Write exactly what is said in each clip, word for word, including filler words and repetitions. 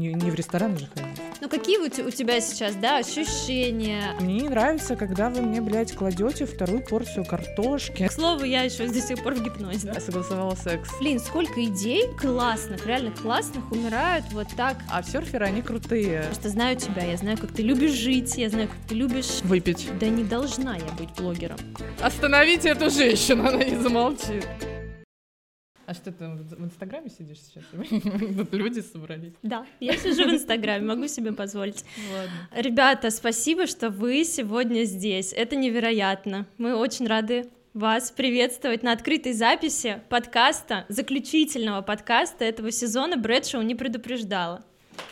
не, не в ресторан же ходить. Ну какие у тебя сейчас, да, ощущения? Мне не нравится, когда вы мне, блядь, кладете вторую порцию картошки. К слову, я еще до сих пор в гипнозе. Я согласовала секс. Блин, сколько идей классных, реально классных умирают вот так. А серферы, они крутые. Просто знаю тебя, я знаю, как ты любишь жить, я знаю, как ты любишь... Выпить. Да не должна я быть блогером. Остановите эту женщину, она не замолчит. А что ты в Инстаграме сидишь сейчас? Тут люди собрались. Да, я сижу в Инстаграме, могу себе позволить. Ладно. Ребята, спасибо, что вы сегодня здесь. Это невероятно. Мы очень рады вас приветствовать на открытой записи подкаста, заключительного подкаста этого сезона «Брэдшоу не предупреждала».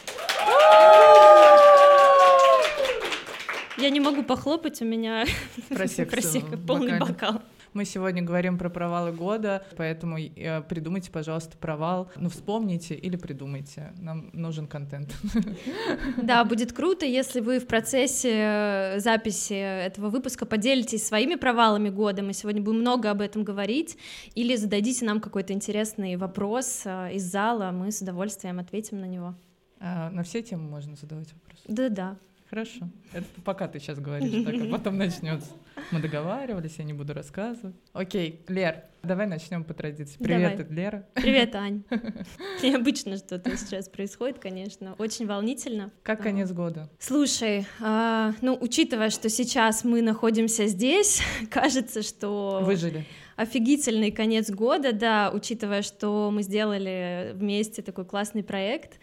Я не могу похлопать, у меня просека, полный бокал. Мы сегодня говорим про провалы года, поэтому э, придумайте, пожалуйста, провал. Ну, вспомните или придумайте. Нам нужен контент. Да, будет круто, если вы в процессе записи этого выпуска поделитесь своими провалами года. Мы сегодня будем много об этом говорить. Или зададите нам какой-то интересный вопрос из зала, мы с удовольствием ответим на него. А, на все темы можно задавать вопросы? Да-да. Хорошо. Это пока ты сейчас говоришь, так, а потом начнется. Мы договаривались, я не буду рассказывать. Окей, Лер, давай начнем по традиции. Привет, давай. Это Лера. Привет, Ань. Необычно что-то сейчас происходит, конечно. Очень волнительно. Как конец года? Слушай, а, ну, учитывая, что сейчас мы находимся здесь, кажется, что... Выжили. Офигительный конец года, да, учитывая, что мы сделали вместе такой классный проект,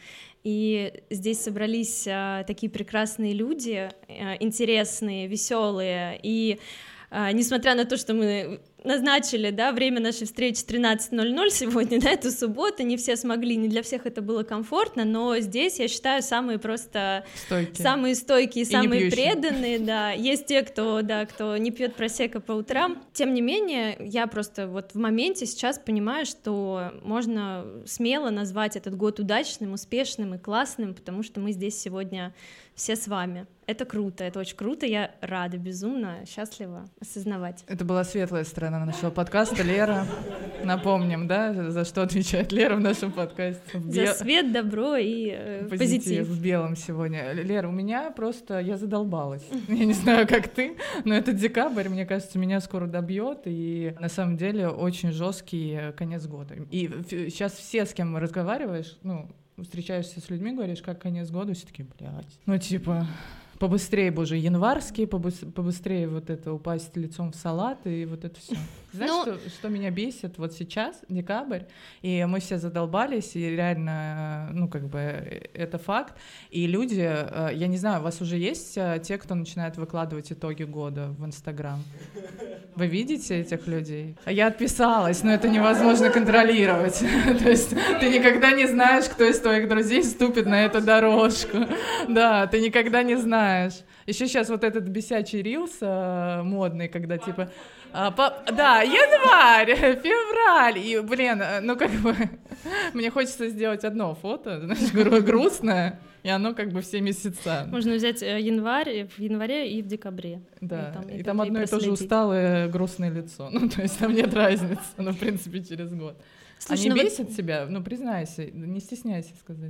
и здесь собрались а, такие прекрасные люди, а, интересные, веселые, и а, несмотря на то, что мы назначили, да, время нашей встречи тринадцать ноль ноль сегодня, да, эту субботу, не все смогли, не для всех это было комфортно, но здесь, я считаю, самые просто... Стойкие. Самые стойкие, и самые пьющие. преданные, да, есть те, кто, да, кто не пьет просекко по утрам. Тем не менее, я просто вот в моменте сейчас понимаю, что можно смело назвать этот год удачным, успешным и классным, потому что мы здесь сегодня все с вами. Это круто, это очень круто, я рада, безумно, счастлива осознавать. Это была светлая сторона нашего подкаста. Лера, напомним, да, за что отвечает Лера в нашем подкасте. В бе... За свет, добро и э, позитив. позитив. В белом сегодня. Лера, у меня просто, я задолбалась. Я не знаю, как ты, но этот декабрь, мне кажется, меня скоро добьет, и на самом деле очень жесткий конец года. И сейчас все, с кем разговариваешь, ну, встречаешься с людьми, говоришь, как конец года, все такие, блядь. Ну, типа, побыстрее, боже, январский, побыс- побыстрее вот это упасть лицом в салат и вот это все. Знаешь, ну... что, что меня бесит вот сейчас, декабрь, и мы все задолбались, и реально, ну, как бы, это факт, и люди, я не знаю, у вас уже есть те, кто начинает выкладывать итоги года в Инстаграм? Вы видите этих людей? Я отписалась, но это невозможно контролировать. То есть ты никогда не знаешь, кто из твоих друзей ступит на эту дорожку. Да, ты никогда не знаешь. Еще сейчас вот этот бесячий рилс а, модный, когда типа... А, по, да, январь, февраль. И, блин, ну как бы... Мне хочется сделать одно фото, знаешь, гру- грустное. И оно как бы все месяца. Можно взять январь в январе и в декабре. Да, и там, и и там одно и то же усталое, грустное лицо. Ну, то есть там нет разницы, ну, в принципе, через год. Слушай, Они ну бесят вот... тебя? Ну, признайся, не стесняйся сказать.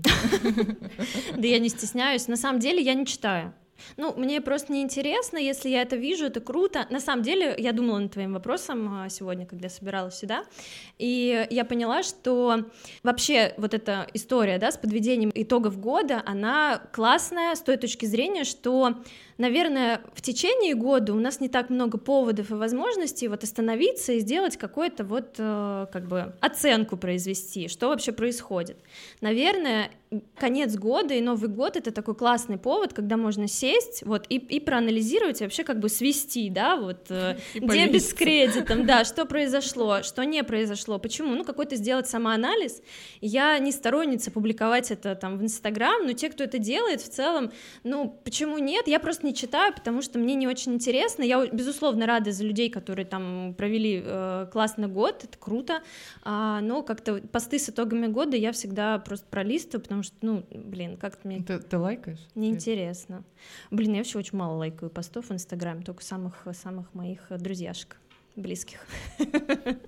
Да я не стесняюсь. На самом деле я не читаю. Ну, мне просто неинтересно, если я это вижу, это круто. На самом деле, я думала над твоим вопросом сегодня, когда собиралась сюда, и я поняла, что вообще вот эта история, да, с подведением итогов года, она классная с той точки зрения, что, наверное, в течение года у нас не так много поводов и возможностей вот остановиться и сделать какую-то вот как бы оценку произвести, что вообще происходит. Наверное, конец года и Новый год — это такой классный повод, когда можно сесть вот, и, и проанализировать, и вообще как бы свести, да, вот, дебет с кредитом, да, что произошло, что не произошло, почему, ну, какой-то сделать самоанализ. Я не сторонница публиковать это там в Инстаграм, но те, кто это делает, в целом, ну, почему нет, я просто не читаю, потому что мне не очень интересно, я, безусловно, рада за людей, которые там провели э, классный год, это круто, а, но как-то посты с итогами года я всегда просто пролистываю, потому что, ну, блин, как-то мне... Ты, ты лайкаешь? Неинтересно. Блин, я вообще очень мало лайкаю постов в Инстаграме, только самых, самых моих друзьяшек, близких.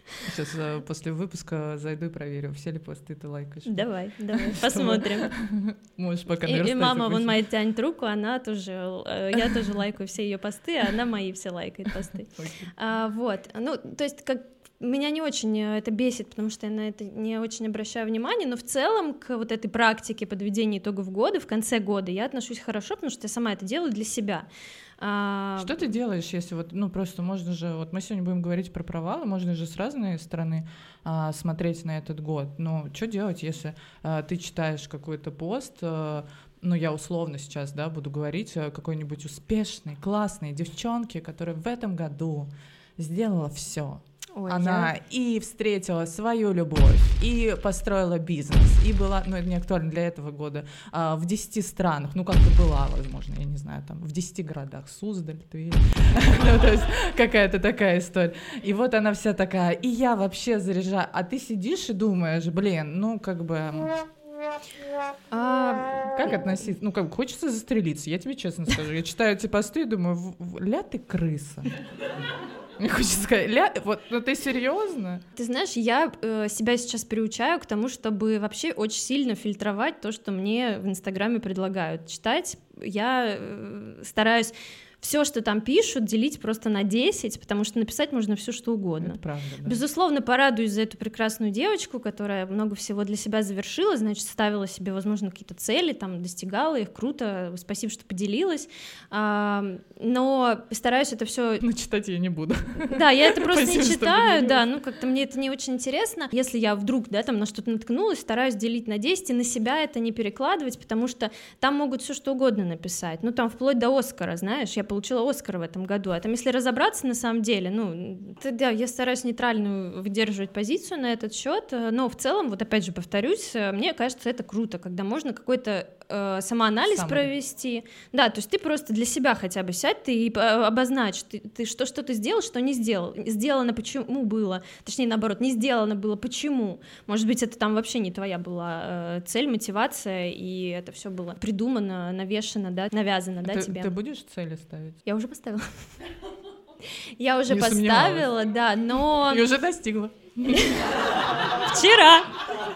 Сейчас э, после выпуска зайду и проверю, все ли посты ты лайкаешь. Давай, давай, посмотрим. Можешь пока и, и мама вон моя тянет руку, она тоже, э, я тоже лайкаю все ее посты, а она мои все лайкает посты. А, вот, ну, то есть как меня не очень это бесит, потому что я на это не очень обращаю внимания, но в целом к вот этой практике подведения итогов года в конце года я отношусь хорошо, потому что я сама это делаю для себя. А... Что ты делаешь, если вот, ну просто можно же, вот мы сегодня будем говорить про провалы, можно же с разной стороны а, смотреть на этот год, но что делать, если а, ты читаешь какой-то пост, а, ну я условно сейчас, да, буду говорить, какой-нибудь успешной, классной девчонке, которая в этом году сделала все. Ой, Она я... и встретила свою любовь, и построила бизнес, и была, ну это не актуально для этого года, а, в десяти странах, ну как-то была, возможно, я не знаю, там в десяти городах, Суздаль, Тверь, ну то есть какая-то такая история. И вот она вся такая, и я вообще заряжаю, а ты сидишь и думаешь, блин, ну как бы... А, как относиться? Ну, как бы хочется застрелиться, я тебе честно скажу. Я читаю эти посты и думаю, ля ты крыса. Мне хочется сказать, ля, вот, ну ты серьезно? Ты знаешь, я э, себя сейчас приучаю к тому, чтобы вообще очень сильно фильтровать то, что мне в Инстаграме предлагают читать. Я э, стараюсь все, что там пишут, делить просто на десять, потому что написать можно все, что угодно. Это правда, да. Безусловно, порадуюсь за эту прекрасную девочку, которая много всего для себя завершила, значит, ставила себе, возможно, какие-то цели, там, достигала их, круто, спасибо, что поделилась, а, но стараюсь это все. Ну, читать я не буду. Да, я это просто не читаю, да, ну, как-то мне это не очень интересно. Если я вдруг, да, там, на что-то наткнулась, стараюсь делить на десять и на себя это не перекладывать, потому что там могут все что угодно написать, ну, там, вплоть до Оскара, знаешь, я получила Оскар в этом году, а там, если разобраться на самом деле, ну, да, я стараюсь нейтральную выдерживать позицию на этот счет, но в целом, вот опять же повторюсь, мне кажется, это круто, когда можно какой-то э, самоанализ Самый. провести, да, то есть ты просто для себя хотя бы сядь, ты и обозначь, ты, ты что, что ты сделал, что не сделал, сделано почему было, точнее, наоборот, не сделано было почему, может быть, это там вообще не твоя была э, цель, мотивация, и это все было придумано, навешено, да, навязано, да, ты, тебе. Ты будешь цели ставить? Я уже поставила. Я уже не поставила, да, но... И уже достигла. Вчера.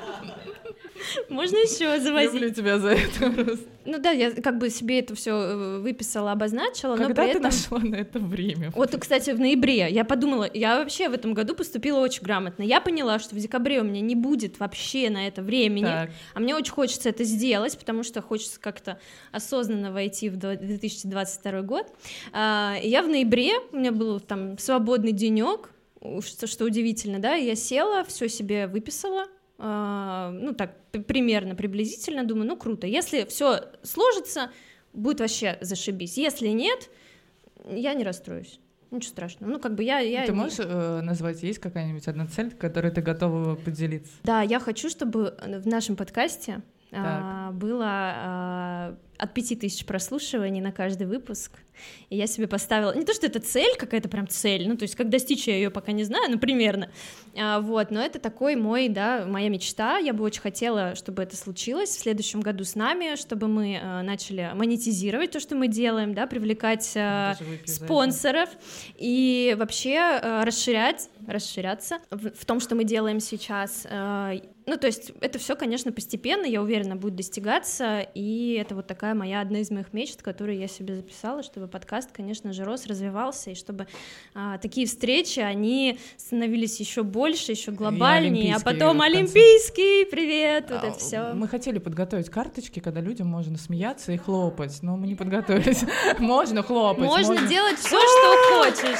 Можно еще завозить. Люблю тебя за это просто. Ну да, я как бы себе это все выписала, обозначила, Когда но при ты этом... нашла на это время? Вот, кстати, в ноябре я подумала, я вообще в этом году поступила очень грамотно. Я поняла, что в декабре у меня не будет вообще на это времени, так. а мне очень хочется это сделать, потому что хочется как-то осознанно войти в две тысячи двадцать второй год. И я в ноябре, у меня был там свободный денек, что, что удивительно, да, я села, все себе выписала, ну так примерно, приблизительно, думаю, ну круто, если все сложится, будет вообще зашибись, если нет, я не расстроюсь, ничего страшного, ну как бы я... я ты не... можешь э, назвать, есть какая-нибудь одна цель, которой ты готова поделиться? Да, я хочу, чтобы в нашем подкасте так. а, было а, от пяти тысяч прослушиваний на каждый выпуск. И я себе поставила, не то, что это цель, какая-то прям цель, ну, то есть как достичь я ее пока не знаю, ну, примерно, а, вот, но это такой мой, да, моя мечта, я бы очень хотела, чтобы это случилось в следующем году с нами, чтобы мы а, начали монетизировать то, что мы делаем, да, привлекать а, спонсоров и вообще а, расширять, расширяться в, в том, что мы делаем сейчас, а, ну, то есть это все, конечно, постепенно, я уверена, будет достигаться, и это вот такая моя, одна из моих мечт, которую я себе записала, чтобы подкаст, конечно же, рос, развивался, и чтобы а, такие встречи, они становились еще больше, еще глобальнее, а потом олимпийский, привет, вот а, это все. Мы хотели подготовить карточки, когда людям можно смеяться и хлопать, но мы не подготовились. Можно хлопать. Можно делать все, что хочешь.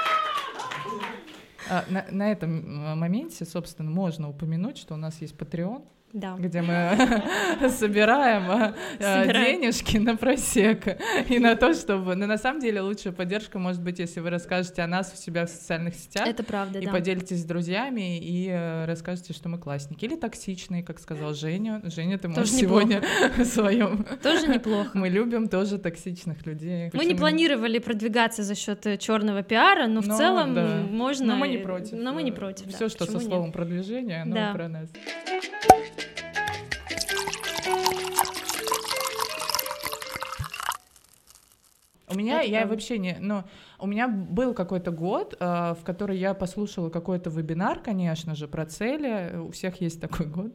На, на этом моменте, собственно, можно упомянуть, что у нас есть Patreon, да. где мы собираем, собираем денежки на просека и на то, чтобы... Но на самом деле лучшая поддержка может быть, если вы расскажете о нас у себя в социальных сетях. Это правда, и да. поделитесь с друзьями и расскажете, что мы классники. Или токсичные, как сказал Женя. Женя, ты можешь сегодня в своем... Тоже неплохо. Мы любим тоже токсичных людей. Мы не планировали продвигаться за счет черного пиара, но в но, целом да. можно... Но мы не против. Но мы не против, Все, да. что Почему со нет? словом продвижение, оно да. про нас. У меня, это я правда. вообще не, ну, у меня был какой-то год, э, в который я послушала какой-то вебинар, конечно же, про цели, у всех есть такой год,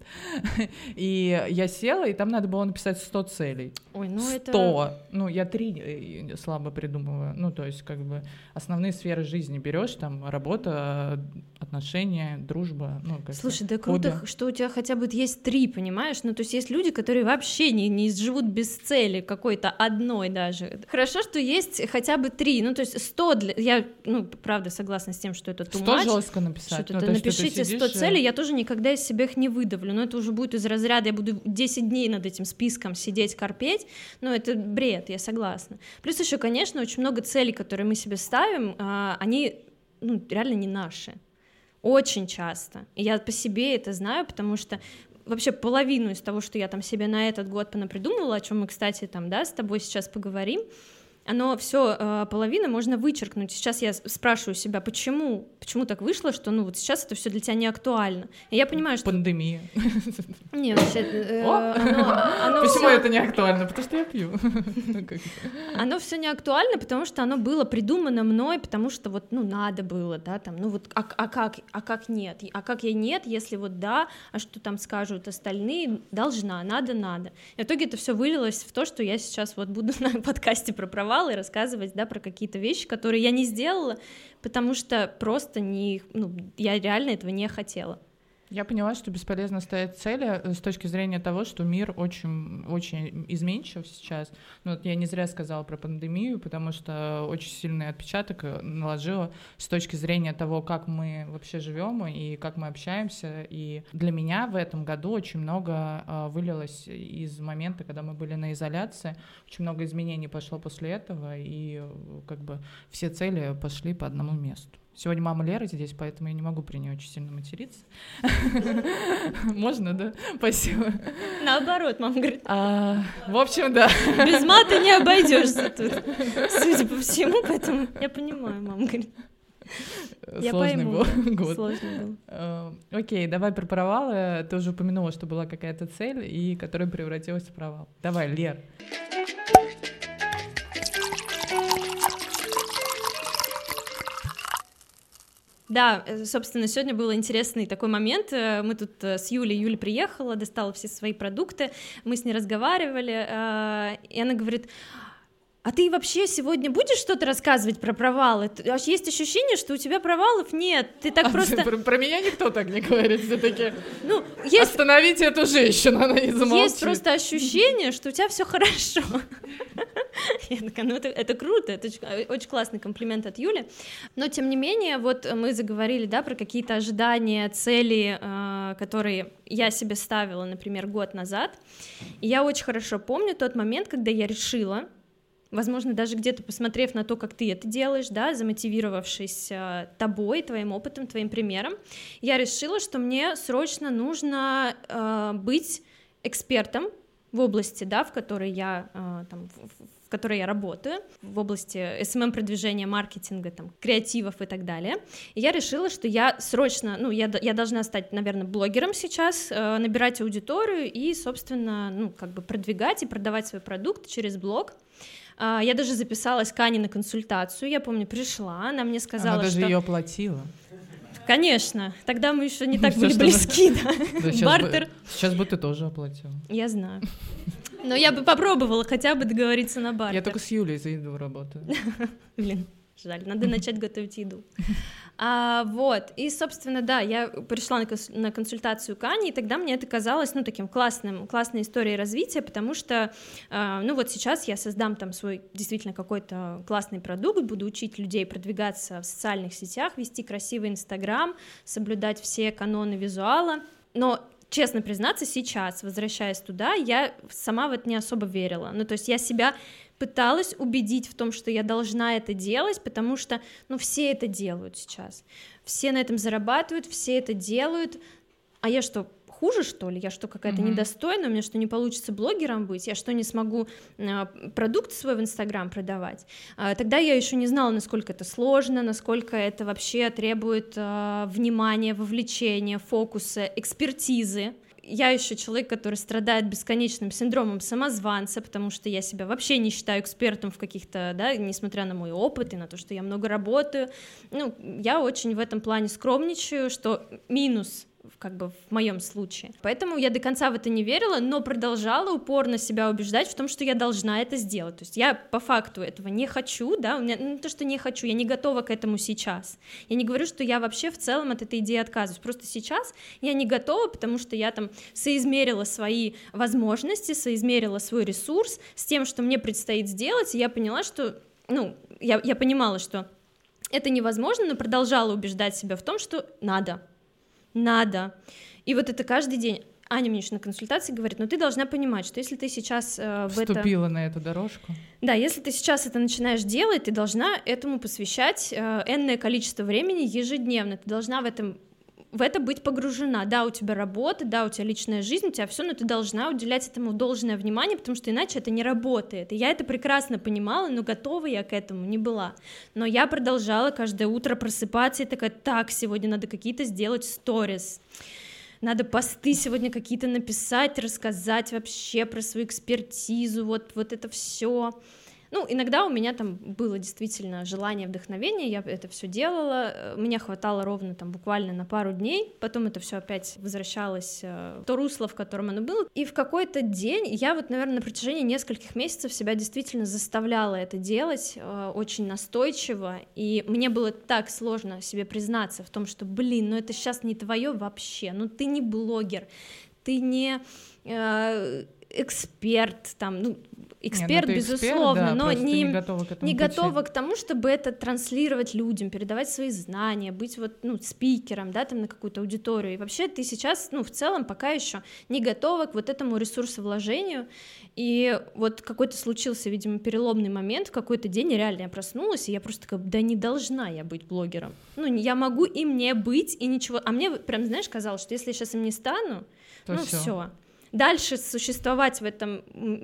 и я села, и там надо было написать сто целей. Ой, ну это... сто, ну, я три слабо придумываю, ну, то есть, как бы, основные сферы жизни берешь, там, работа, отношения, дружба, ну, как Слушай, да круто, хобби. что у тебя хотя бы есть три, понимаешь? Ну, то есть есть люди, которые вообще не, не живут без цели какой-то одной даже. Хорошо, что есть хотя бы три, ну, то есть сто для... Я, ну, правда, согласна с тем, что это too сто much. жестко написать. Что-то Ну, ты то есть, что ты напишите сидишь сто и- целей, я тоже никогда из себя их не выдавлю, но это уже будет из разряда, я буду десять дней над этим списком сидеть, корпеть, ну, это бред, я согласна. Плюс еще, конечно, очень много целей, которые мы себе ставим, а, они, ну, реально не наши. Очень часто. И я по себе это знаю, потому что вообще половину из того, что я там себе на этот год понапридумывала, о чем мы, кстати, там, да, с тобой сейчас поговорим, оно все э, половина можно вычеркнуть. Сейчас я спрашиваю себя, почему, почему так вышло, что ну вот сейчас это все для тебя не актуально. И я понимаю, что Пандемия. не, вообще, э, О! оно, оно Почему всё- это не актуально? Потому что я пью. Ну, как это? Оно все не актуально, потому что оно было придумано мной, потому что вот, ну, надо было, да, там, ну вот, а, а как, а как нет, а как я нет, если вот да, а что там скажут остальные, должна, надо, надо. И в итоге это все вылилось в то, что я сейчас вот буду на подкасте про провалы рассказывать, да, про какие-то вещи, которые я не сделала, потому что просто не, ну, я реально этого не хотела. Я поняла, что бесполезно ставить цели с точки зрения того, что мир очень, очень изменчив сейчас. Ну, вот я не зря сказала про пандемию, потому что очень сильный отпечаток наложила с точки зрения того, как мы вообще живем и как мы общаемся. И для меня в этом году очень много э, вылилось из момента, когда мы были на изоляции. Очень много изменений пошло после этого, и э, как бы все цели пошли по одному месту. Сегодня мама Леры здесь, поэтому я не могу при ней очень сильно материться. Можно, да? Спасибо. Наоборот, мама говорит, А, в общем, да. без мата не обойдешься тут, судя по всему, поэтому я понимаю, мама говорит. Я Сложный пойму, был да, год. сложный был. А, Окей, давай про провалы. Ты уже упомянула, что была какая-то цель, и которая превратилась в провал. Давай, Лер. Да, э, собственно, сегодня был интересный такой момент. Э, Мы тут э, с Юлей, Юля приехала, достала все свои продукты, мы с ней разговаривали, э, и она говорит: а ты вообще сегодня будешь что-то рассказывать про провалы? Т- аж Есть ощущение, что у тебя провалов нет, ты так А просто... про, про меня никто так не говорит, все таки. Ну, есть, Остановите эту женщину, она не замолчит. есть просто ощущение, что у тебя все хорошо. Я такая, ну это, это круто, это очень, очень классный комплимент от Юли. Но тем не менее, вот мы заговорили, да, про какие-то ожидания, цели, э, которые я себе ставила, например, год назад. И я очень хорошо помню тот момент, когда я решила, возможно, даже где-то посмотрев на то, как ты это делаешь, да, замотивировавшись э, тобой, твоим опытом, твоим примером, я решила, что мне срочно нужно э, быть экспертом в области, да, в которой я э, там, в, в которой я работаю, в области эс эм эм-продвижения, маркетинга, там, креативов и так далее. И я решила, что я срочно, ну, я, я должна стать, наверное, блогером сейчас, э, набирать аудиторию и, собственно, ну, как бы продвигать и продавать свой продукт через блог. Uh, я даже записалась к Ане на консультацию, я помню, пришла, она мне сказала, Она даже что... ее оплатила. Конечно, тогда мы еще не так Всё, были что близки, да, Да, сейчас бартер. бы, сейчас бы ты тоже оплатила. Я знаю. Но я бы попробовала хотя бы договориться на бартер. Я только с Юлей за еду работаю. Блин, жаль, надо начать готовить еду. А, вот, и, собственно, да, я пришла на, конс- на консультацию к Ане, и тогда мне это казалось, ну, таким классным, классной историей развития, потому что, э, ну, вот сейчас я создам там свой действительно какой-то классный продукт, буду учить людей продвигаться в социальных сетях, вести красивый Инстаграм, соблюдать все каноны визуала, но... Честно признаться, сейчас, возвращаясь туда, я сама в это не особо верила. Ну, то есть я себя пыталась убедить в том, что я должна это делать, потому что, ну, все это делают сейчас. Все на этом зарабатывают, все это делают. А я что, хуже, что ли? Я что, какая-то mm-hmm. недостойная? У меня что, не получится блогером быть? Я что, не смогу э, продукт свой в Инстаграм продавать? Э, тогда я еще не знала, насколько это сложно, насколько это вообще требует э, внимания, вовлечения, фокуса, экспертизы. я еще человек, который страдает бесконечным синдромом самозванца, потому что я себя вообще не считаю экспертом в каких-то, да, несмотря на мой опыт и на то, что я много работаю. Ну, я очень в этом плане скромничаю, что минус как бы в моем случае. Поэтому я до конца в это не верила, но продолжала упорно себя убеждать в том, что я должна это сделать. То есть я по факту этого не хочу, да, у меня ну, то, что не хочу, я не готова к этому сейчас. Я не говорю, что я вообще в целом от этой идеи отказываюсь, просто сейчас я не готова, потому что я там соизмерила свои возможности, соизмерила свой ресурс с тем, что мне предстоит сделать, и я поняла, что, ну, я, я понимала, что это невозможно, но продолжала убеждать себя в том, что надо. Надо. И вот это каждый день. Аня мне еще на консультации говорит, но ты должна понимать, что если ты сейчас э, в это... Вступила на эту дорожку. Да, если ты сейчас это начинаешь делать, ты должна этому посвящать э, энное количество времени ежедневно, ты должна в этом в это быть погружена. Да, у тебя работа, да, у тебя личная жизнь, у тебя все, но ты должна уделять этому должное внимание, потому что иначе это не работает. И я это прекрасно понимала, но готова я к этому не была. Но я продолжала каждое утро просыпаться и такая, так, сегодня надо какие-то сделать сторис. Надо посты сегодня какие-то написать, рассказать вообще про свою экспертизу, вот, вот это все. Ну, иногда у меня там было действительно желание, вдохновение, я это все делала, меня хватало ровно там буквально на пару дней, потом это все опять возвращалось в то русло, в котором оно было, и в какой-то день я вот, наверное, на протяжении нескольких месяцев себя действительно заставляла это делать очень настойчиво, и мне было так сложно себе признаться в том, что, блин, ну это сейчас не твое вообще, ну ты не блогер, ты не э, эксперт, там, ну, эксперт, не, ну, безусловно, эксперт, да, но не, не готова к этому не готова к тому, чтобы это транслировать людям, передавать свои знания, быть вот, ну, спикером, да, там, на какую-то аудиторию, и вообще ты сейчас, ну, в целом пока еще не готова к вот этому ресурсовложению, и вот какой-то случился, видимо, переломный момент, в какой-то день реально я проснулась, и я просто такая, да не должна я быть блогером, ну, я могу им не быть, и ничего, а мне прям, знаешь, казалось, что если я сейчас им не стану, то ну, все. Дальше существовать в этом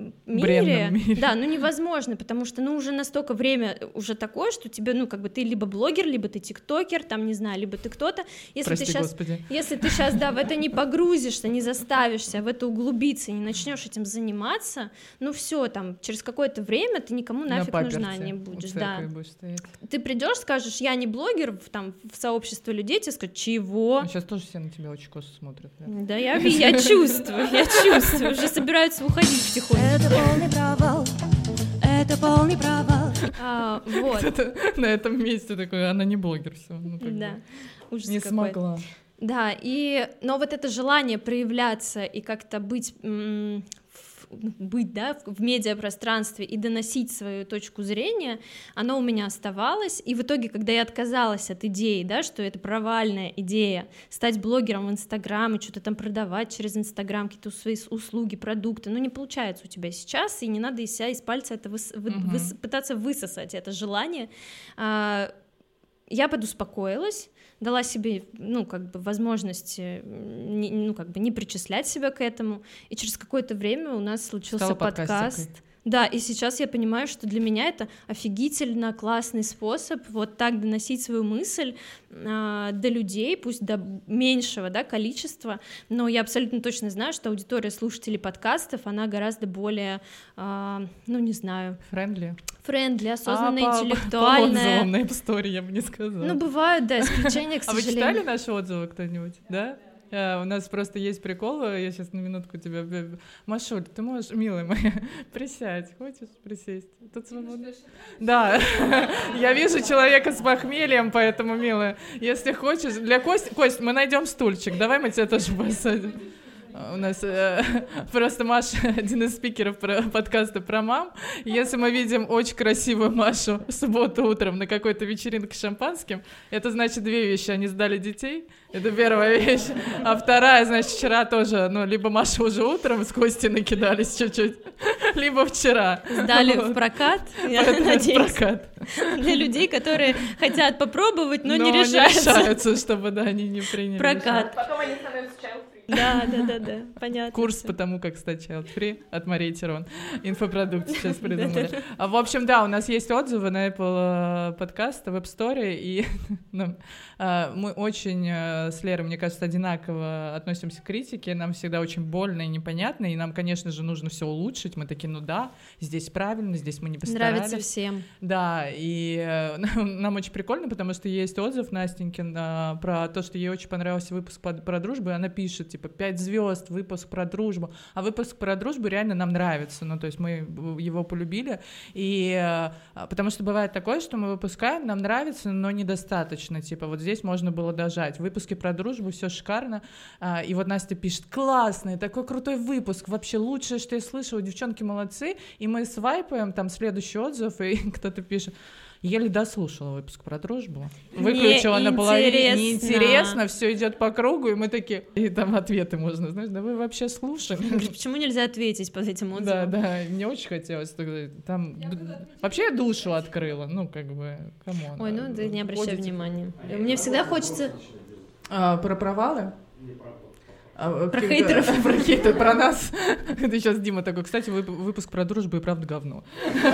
мире, мире, да, ну невозможно, потому что, ну, уже настолько время уже такое, что тебе, ну, как бы ты либо блогер, либо ты тиктокер, там, не знаю, либо ты кто-то, если Прости, ты сейчас, Господи. если ты сейчас, да, в это не погрузишься, не заставишься в это углубиться, не начнешь этим заниматься, ну, все, там, через какое-то время ты никому нафиг На нужна не будешь, да. Будешь стоять. Ты придешь, скажешь, я не блогер, в, там, в сообщество людей, тебе скажут, чего? Ну, сейчас тоже все на тебя очень косо смотрят. Да, да я, я чувствую, я чувствую, уже собираются уходить потихоньку. Это полный провал, это полный провал. А, вот. Это, на этом месте такой, она не блогер, все. Ну, да, ужас не какой. смогла. Да, и, но вот это желание проявляться и как-то быть, м- быть, да, в медиапространстве и доносить свою точку зрения, оно у меня оставалось, и в итоге, когда я отказалась от идеи, да, что это провальная идея, стать блогером в Инстаграм и что-то там продавать через Инстаграм, какие-то свои услуги, продукты, ну, не получается у тебя сейчас, и не надо из себя из пальца это выс- вы- uh-huh. выс- пытаться высосать это желание. А, я подуспокоилась, дала себе, ну, как бы, возможность, не, ну, как бы, не причислять себя к этому, и через какое-то время у нас случился Стала подкаст. Да, и сейчас я понимаю, что для меня это офигительно классный способ вот так доносить свою мысль э, до людей, пусть до меньшего, да, количества, но я абсолютно точно знаю, что аудитория слушателей подкастов, она гораздо более, э, ну, не знаю... Френдли? Френдли, осознанная, а, интеллектуальная. По отзывам на истории, я бы не сказала. Ну, бывают, да, исключения, к сожалению. А вы читали наши отзывы кто-нибудь, да? Uh, у нас просто есть прикол, я сейчас на минутку тебя... Машуль, ты можешь, милая моя, присядь, хочешь присесть? Тут свободно. Да, я вижу человека с похмельем, поэтому, милая, если хочешь... Для Кости... Кость, мы найдем стульчик, давай мы тебя тоже посадим. У нас э, просто Маша, один из спикеров про, подкаста про мам. Если мы видим очень красивую Машу в субботу утром на какой-то вечеринке с шампанским, это значит две вещи. Они сдали детей, это первая вещь. А вторая, значит, вчера тоже, ну, либо Маша уже утром с Костей накидались чуть-чуть, либо вчера. Сдали вот. В прокат, я надеюсь. Прокат. Для людей, которые хотят попробовать, но, но не решаются. не решаются, чтобы, да, они не приняли. Прокат. Потом они становятся child-free. Да, да, да, да, понятно. Курс по тому, как стать child-free от Марии Терон. Инфопродукт сейчас придумали. А, в общем, да, у нас есть отзывы на Apple подкаст, в App Store, и ну, мы очень с Лерой, мне кажется, одинаково относимся к критике, нам всегда очень больно и непонятно, и нам, конечно же, нужно все улучшить. Мы такие, ну да, здесь правильно, здесь мы не постарались. Нравится всем. Да, и нам очень прикольно, потому что есть отзыв Настенькин про то, что ей очень понравился выпуск про дружбу, и она пишет, типа, пять звезд, выпуск про дружбу, а выпуск про дружбу реально нам нравится, ну, то есть мы его полюбили, и потому что бывает такое, что мы выпускаем, нам нравится, но недостаточно, типа, вот здесь можно было дожать, в выпуске про дружбу все шикарно, и вот Настя пишет, классный, такой крутой выпуск, вообще лучшее, что я слышала, девчонки молодцы, и мы свайпаем, там, следующий отзыв, и кто-то пишет, еле дослушала выпуск про дружбу. Выключила на половине. Неинтересно, все идет по кругу, и мы такие. И там ответы можно, знаешь, да вы вообще слушали. Почему нельзя ответить под этим отзывом? Да, да, мне очень хотелось. Там вообще я душу открыла, ну, как бы, камон. Ой, ну ты не обращай внимания. Мне всегда хочется. Про провалы? А, про хейтеров. Про хейтеров, про нас. Это сейчас Дима такой, кстати, выпуск про дружбу и правда говно.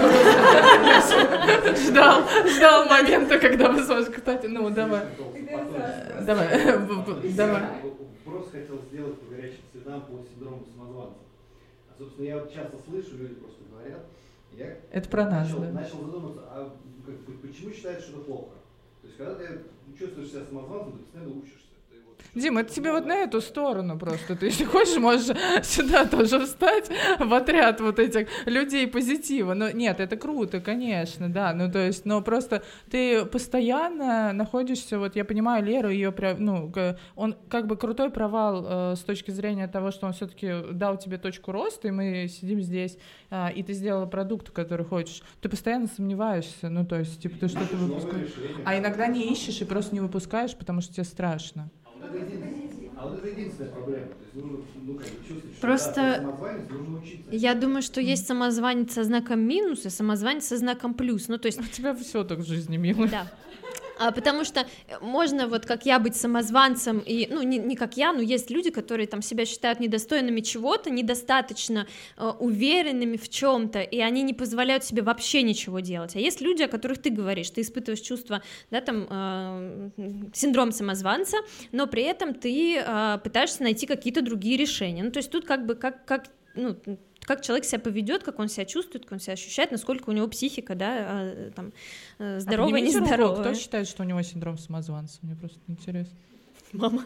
Ждал, ждал момента, когда вы сможете, кстати, ну, давай. Давай, давай. Вопрос хотел сделать по горячим следам по синдрому самозванца. Собственно, я часто слышу, люди просто говорят. Это про нас, начал, да. Начал задуматься, а как, почему считают, что это плохо? То есть, когда ты чувствуешь себя самозванцем, ты постоянно учишься. Дим, это тебе вот на эту сторону просто. Ты, если хочешь, можешь сюда тоже встать в отряд вот этих людей позитива. Но нет, это круто, конечно, да. Ну, то есть, но просто ты постоянно находишься, вот я понимаю Леру, ее прям, ну, он как бы крутой провал э, с точки зрения того, что он все-таки дал тебе точку роста, и мы сидим здесь, э, и ты сделала продукт, который хочешь. Ты постоянно сомневаешься, ну, то есть, типа, ты что-то выпускаешь. А иногда не ищешь и просто не выпускаешь, потому что тебе страшно. А вот это единственная проблема. То есть нужно, ну, как бы чувствовать, что просто да, самозванец, нужно учиться. Я думаю, что есть самозванец со знаком минус и самозванец со знаком плюс. Ну, то есть... У тебя все так в жизни, милая. Да. А, потому что можно, вот как я, быть самозванцем, и, ну, не, не как я, но есть люди, которые там себя считают недостойными чего-то, недостаточно э, уверенными в чем-то, и они не позволяют себе вообще ничего делать. А есть люди, о которых ты говоришь, ты испытываешь чувство, да, там, э, синдром самозванца, но при этом ты э, пытаешься найти какие-то другие решения. Ну, то есть тут как бы, как, как, ну, как человек себя поведет, как он себя чувствует, как он себя ощущает, насколько у него психика, да, там, здоровая, а нездоровая. Кто считает, что у него синдром самозванца? Мне просто интересно. Мама.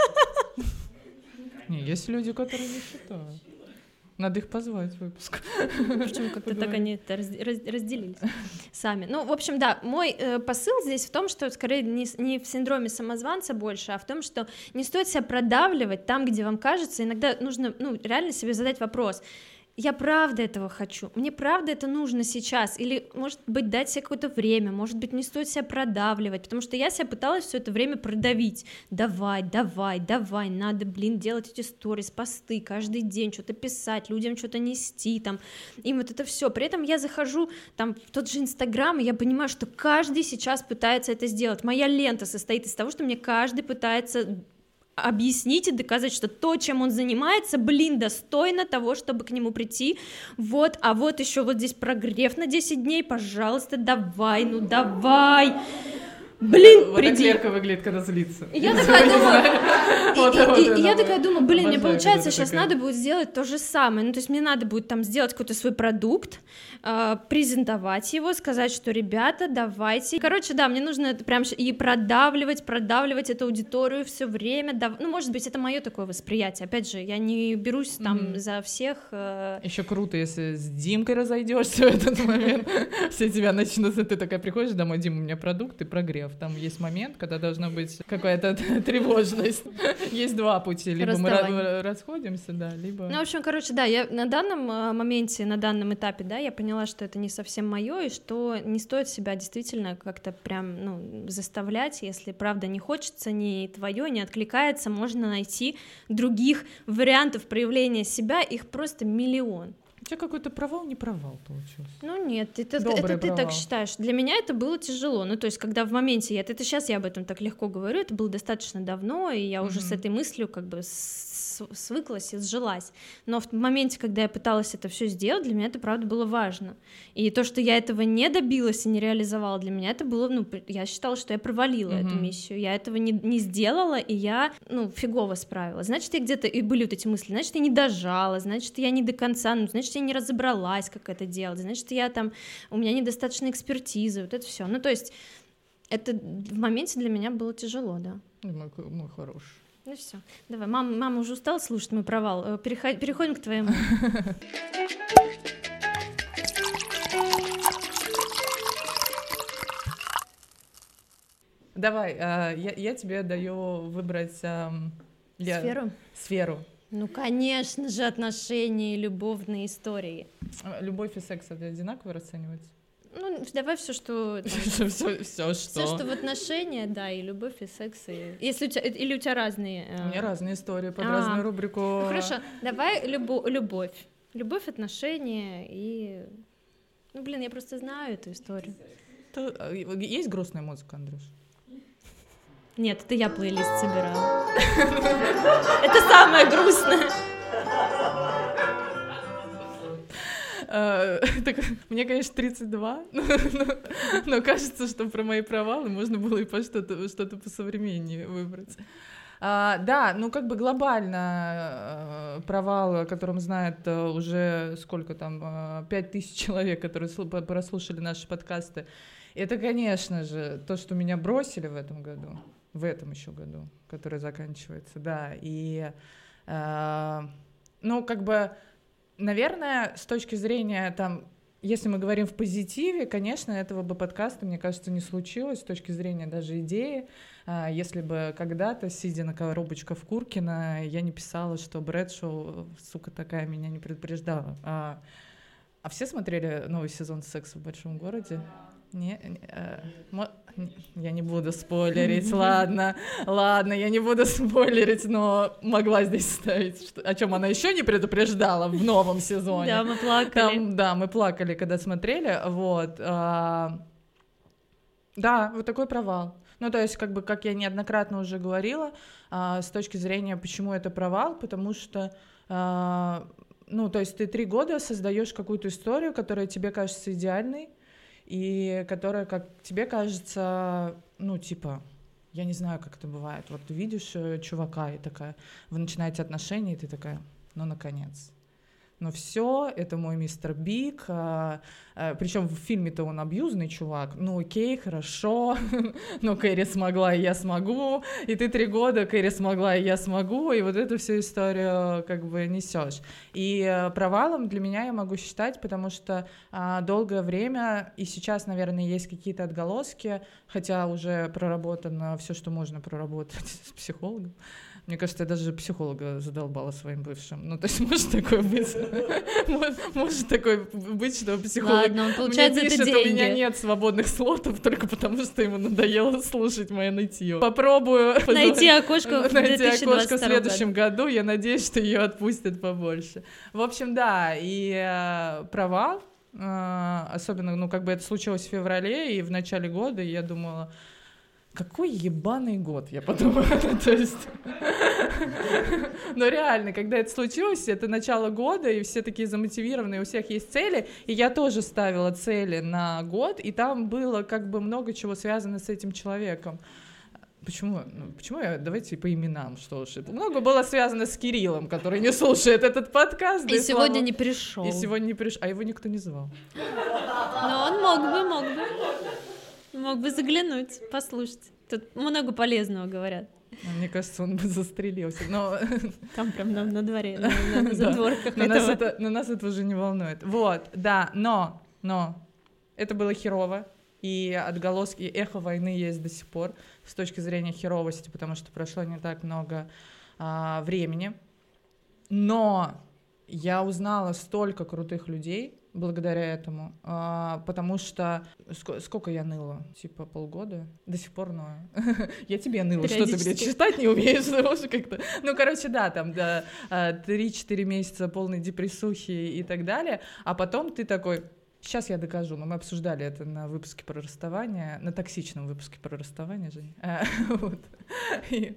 Не, есть люди, которые не считают. Надо их позвать в выпуск. Причем как-то так они это разделились сами. Ну, в общем, да, мой э, посыл здесь в том, что скорее не, не в синдроме самозванца больше, а в том, что не стоит себя продавливать там, где вам кажется. Иногда нужно, ну, реально себе задать вопрос. Я правда этого хочу, мне правда это нужно сейчас, или, может быть, дать себе какое-то время, может быть, не стоит себя продавливать, потому что я себя пыталась все это время продавить, давай, давай, давай, надо, блин, делать эти сторис, посты каждый день, что-то писать, людям что-то нести, там, им вот это все, при этом я захожу там в тот же Инстаграм, и я понимаю, что каждый сейчас пытается это сделать, моя лента состоит из того, что мне каждый пытается объяснить и доказать, что то, чем он занимается, блин, достойно того, чтобы к нему прийти, вот, а вот еще вот здесь прогрев на десять дней, пожалуйста, давай, ну давай, блин, вот приди. Вот так Лерка выглядит, когда злится. И я такая думаю, и я такая думаю, блин, мне получается, сейчас надо будет сделать то же самое, ну, то есть мне надо будет там сделать какой-то свой продукт, презентовать его, сказать, что, ребята, давайте, короче, да, мне нужно прям и продавливать, продавливать эту аудиторию все время, ну, может быть, это мое такое восприятие, опять же, я не берусь там за всех. Еще круто, если с Димкой разойдешься в этот момент, все тебя начнут, ты такая приходишь домой, Дима, у меня продукт и прогрев. Там есть момент, когда должна быть какая-то тревожность. Есть два пути. Либо мы расходимся, да, либо... Ну, в общем, короче, да, я на данном моменте, на данном этапе, да, я поняла, что это не совсем мое, и что не стоит себя действительно как-то прям, ну, заставлять, если правда не хочется, не твое, не откликается, можно найти других вариантов проявления себя, их просто миллион. У тебя какой-то провал, не провал получился. Ну нет, это, это ты так считаешь. Для меня это было тяжело. Ну то есть, когда в моменте, я, это сейчас я об этом так легко говорю, это было достаточно давно, и я mm-hmm. уже с этой мыслью как бы с свыклась и сжилась. Но в моменте, когда я пыталась это все сделать, для меня это, правда, было важно. И то, что я этого не добилась и не реализовала, для меня это было, ну, я считала, что я провалила mm-hmm. эту миссию. Я этого не, не сделала, и я, ну, фигово справилась. Значит, я где-то, и были вот эти мысли, значит, я не дожала, значит, я не до конца, ну, значит, я не разобралась, как это делать, значит, я там, у меня недостаточно экспертизы, вот это все. Ну, то есть, это в моменте для меня было тяжело, да. Мой, мой хороший. Ну все, давай, мама, мама уже устала слушать мой провал, Переход, переходим к твоему. Давай, я, я тебе даю выбрать сферу. Я... Сферу. Ну, конечно же, отношения и любовные истории. Любовь и секс это одинаково расценивается? Ну, давай все, что... Все, все, что. Все, что в отношения, да, и любовь, и секс, и... Если у тебя... Или у тебя разные... У меня разные истории под а, разную рубрику. Ну, хорошо, давай любо... любовь. Любовь, отношения и... Ну, блин, я просто знаю эту историю. То... Есть грустная музыка, Андрюш? Нет, это я плейлист собирала. Это самое грустное. Мне, конечно, тридцать два, но кажется, что про мои провалы можно было и по что-то, что-то посовременнее выбрать. А, да, ну как бы глобально э, провал, о котором знает э, уже сколько там, пять тысяч человек, которые слу- прослушали наши подкасты, это, конечно же, то, что меня бросили в этом году, в этом еще году, который заканчивается, да, и, э, ну как бы... Наверное, с точки зрения, там, если мы говорим в позитиве, конечно, этого бы подкаста, мне кажется, не случилось с точки зрения даже идеи. Если бы когда-то, сидя на коробочках в Куркино, я не писала, что Брэдшоу, сука такая, меня не предупреждала. А, а все смотрели новый сезон «Секса в большом городе»? Не, не, э, мо, не, я не буду спойлерить, ладно, ладно, я не буду спойлерить, но могла здесь ставить, что, о чем она еще не предупреждала в новом сезоне. Да, мы плакали. Там, да, мы плакали, когда смотрели, вот. А, да, вот такой провал. Ну, то есть, как бы, как я неоднократно уже говорила, а, с точки зрения, почему это провал, потому что... А, ну, то есть ты три года создаешь какую-то историю, которая тебе кажется идеальной, и которая, как тебе кажется, ну, типа, я не знаю, как это бывает. Вот ты видишь чувака, и такая, вы начинаете отношения, и ты такая, ну, наконец. Но все, это мой мистер Биг, а, а, причем в фильме-то он абьюзный чувак, ну окей, хорошо, но Кэрри смогла, и я смогу, и ты три года, Кэрри смогла, и я смогу, и вот эту всю историю как бы несешь. И а, провалом для меня я могу считать, потому что а, долгое время, и сейчас, наверное, есть какие-то отголоски, хотя уже проработано все, что можно проработать с психологом. Мне кажется, я даже психолога задолбала своим бывшим. Ну, то есть может такое быть. Может такое быть, что психолог Ладно, он получает мне за это пишет, деньги. у меня нет свободных слотов, только потому что ему надоело слушать мое нытье. Попробую найти окошко в найти две тысячи окошко двадцать в следующем году. Я надеюсь, что ее отпустят побольше. В общем, да, и э, провал, э, особенно, ну, как бы это случилось в феврале и в начале года, и я думала, какой ебаный год, я подумала, то есть... Но реально, когда это случилось, это начало года, и все такие замотивированные, у всех есть цели, и я тоже ставила цели на год, и там было как бы много чего связано с этим человеком. Почему? Ну, почему я... Давайте по именам, что ж. Много было связано с Кириллом, который не слушает этот подкаст. И, и сегодня слава... не пришел. И сегодня не пришел, а его никто не звал. Но он мог бы, мог бы. Мог бы заглянуть, послушать. Тут много полезного говорят. Мне кажется, он бы застрелился. Но... Там прям на, на дворе, на, на, на задворках. Но нас, это, но нас это уже не волнует. Вот, да, но, но это было херово. И отголоски, и эхо войны есть до сих пор с точки зрения херовости, потому что прошло не так много а, времени. Но я узнала столько крутых людей благодаря этому, а, потому что ск- сколько я ныла? Типа полгода? До сих пор ною. Я тебе ныла, что ты, блядь, читать не умеешь? как-то. Ну, короче, да, там, да, три-четыре месяца полной депрессухи и так далее, а потом ты такой... Сейчас я докажу, но мы обсуждали это на выпуске про расставание, на токсичном выпуске про расставание, Жень. Вот. И,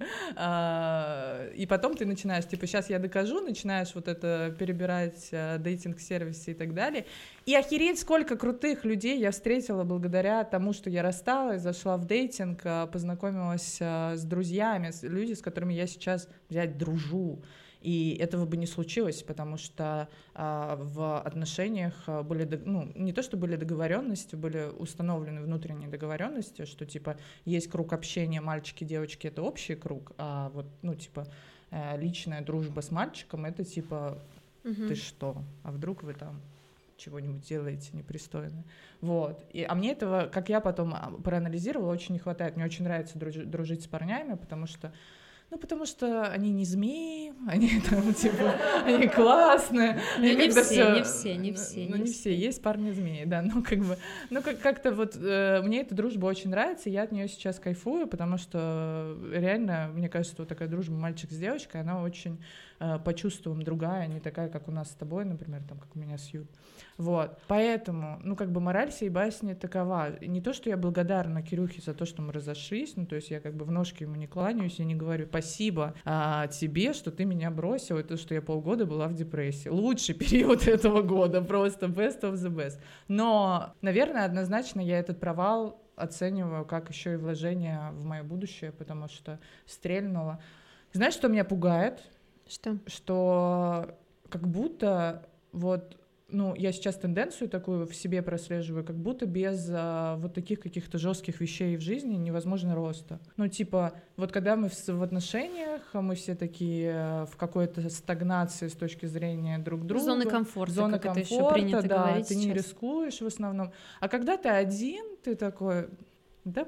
а, и потом ты начинаешь, типа, сейчас я докажу, начинаешь вот это перебирать а, дейтинг-сервисы и так далее. И охереть, сколько крутых людей я встретила благодаря тому, что я рассталась, зашла в дейтинг, а, познакомилась а, с друзьями, с людьми, с которыми я сейчас, блядь, дружу. И этого бы не случилось, потому что а, в отношениях были, ну, не то, что были договоренности, были установлены внутренние договоренности, что, типа, есть круг общения мальчики, девочки — это общий круг, а вот, ну, типа, личная дружба с мальчиком — это, типа, угу. Ты что? А вдруг вы там чего-нибудь делаете непристойное? Вот. И, а мне этого, как я потом проанализировала, очень не хватает. Мне очень нравится дружить, дружить с парнями, потому что Ну, потому что они не змеи, они там, типа, они классные. Ну, не все, всё... не все, не все. Ну, не, не все. все, есть парни-змеи, да, ну, как бы, ну, как- как-то вот э, мне эта дружба очень нравится, я от нее сейчас кайфую, потому что реально, мне кажется, вот такая дружба мальчик с девочкой, она очень э, по чувствам другая, не такая, как у нас с тобой, например, там, как у меня с Ю. Вот, поэтому, ну, как бы мораль сей басни такова. Не то, что я благодарна Кирюхе за то, что мы разошлись, ну, то есть я как бы в ножки ему не кланяюсь, я не говорю спасибо а, тебе, что ты меня бросил, и то, что я полгода была в депрессии. Лучший период этого года, просто best of the best. Но, наверное, однозначно я этот провал оцениваю как еще и вложение в мое будущее, потому что стрельнуло. Знаешь, что меня пугает? Что? Что как будто вот... Ну, я сейчас тенденцию такую в себе прослеживаю, как будто без а, вот таких каких-то жестких вещей в жизни невозможно роста. Ну, типа, вот когда мы в, в отношениях, мы все такие в какой-то стагнации с точки зрения друг друга. Зона комфорта, Зона как комфорта, это еще принято да, говорить ты сейчас. не рискуешь в основном. А когда ты один, ты такой, да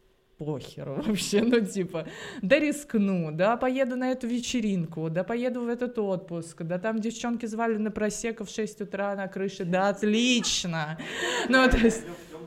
похеру вообще, ну типа, да рискну, да поеду на эту вечеринку, да поеду в этот отпуск, да там девчонки звали на просеку в шесть утра на крыше, да отлично, ну то есть...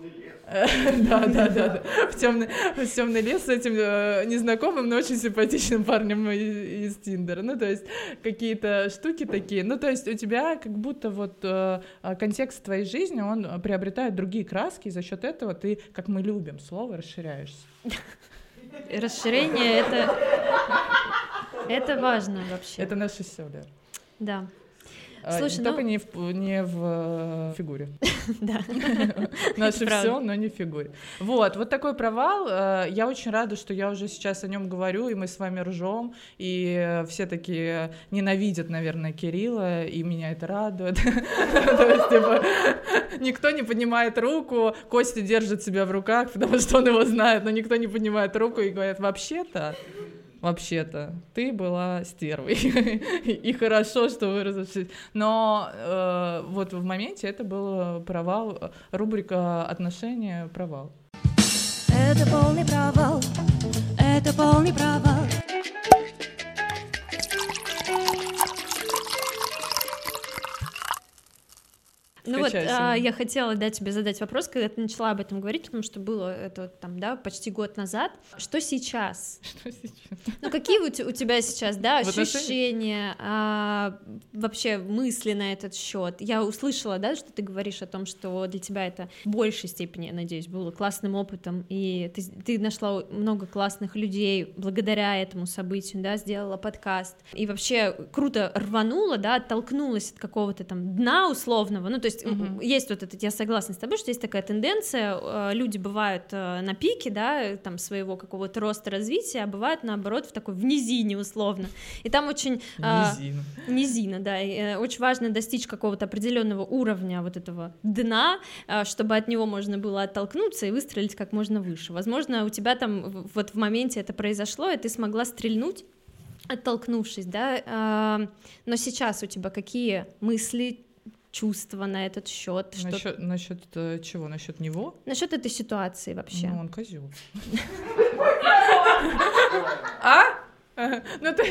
Да, да, да, в темный, в темный лес с этим э, незнакомым, но очень симпатичным парнем из, из Тиндера. Ну, то есть какие-то штуки такие. Ну, то есть у тебя как будто вот э, контекст твоей жизни, он приобретает другие краски, и за счет этого ты, как мы любим слово, расширяешься. Расширение — это это важно вообще. Это наше все, да. Да. Слушай, а, только ну... не, в, не в фигуре. Да. Наше все, но не в фигуре. Вот, вот такой провал. Я очень рада, что я уже сейчас о нем говорю, и мы с вами ржем, и все такие ненавидят, наверное, Кирилла, и меня это радует. То есть, типа, никто не поднимает руку, Костя держит себя в руках, потому что он его знает, но никто не поднимает руку и говорит, вообще-то, Вообще-то, ты была стервой, и хорошо, что вы разошлись. Но э, вот в моменте это был провал, рубрика «Отношения. Провал». Это полный провал, это полный провал. Ну вот, а, я хотела да, тебе задать вопрос, когда ты начала об этом говорить, потому что было это там, да, почти год назад. Что сейчас? Что сейчас? Ну какие у, у тебя сейчас, да, ощущения, а, вообще мысли на этот счет? Я услышала, да, что ты говоришь о том, что для тебя это в большей степени, я надеюсь, было классным опытом, и ты, ты нашла много классных людей благодаря этому событию, да, сделала подкаст, и вообще круто рванула, да, оттолкнулась от какого-то там дна условного, ну то есть Mm-hmm. есть вот это, я согласна с тобой, что есть такая тенденция, люди бывают на пике, да, там своего какого-то роста, развития, а бывают наоборот в такой в низине условно, и там очень низина, а, низина, да, и очень важно достичь какого-то определенного уровня вот этого дна, чтобы от него можно было оттолкнуться и выстрелить как можно выше. Возможно, у тебя там вот в моменте это произошло, и ты смогла стрельнуть, оттолкнувшись, да, но сейчас у тебя какие мысли, чувства на этот счет? Насчет, насчет э, чего? Насчет него? Насчет этой ситуации вообще. Ну, он козел. А? Ну, то есть...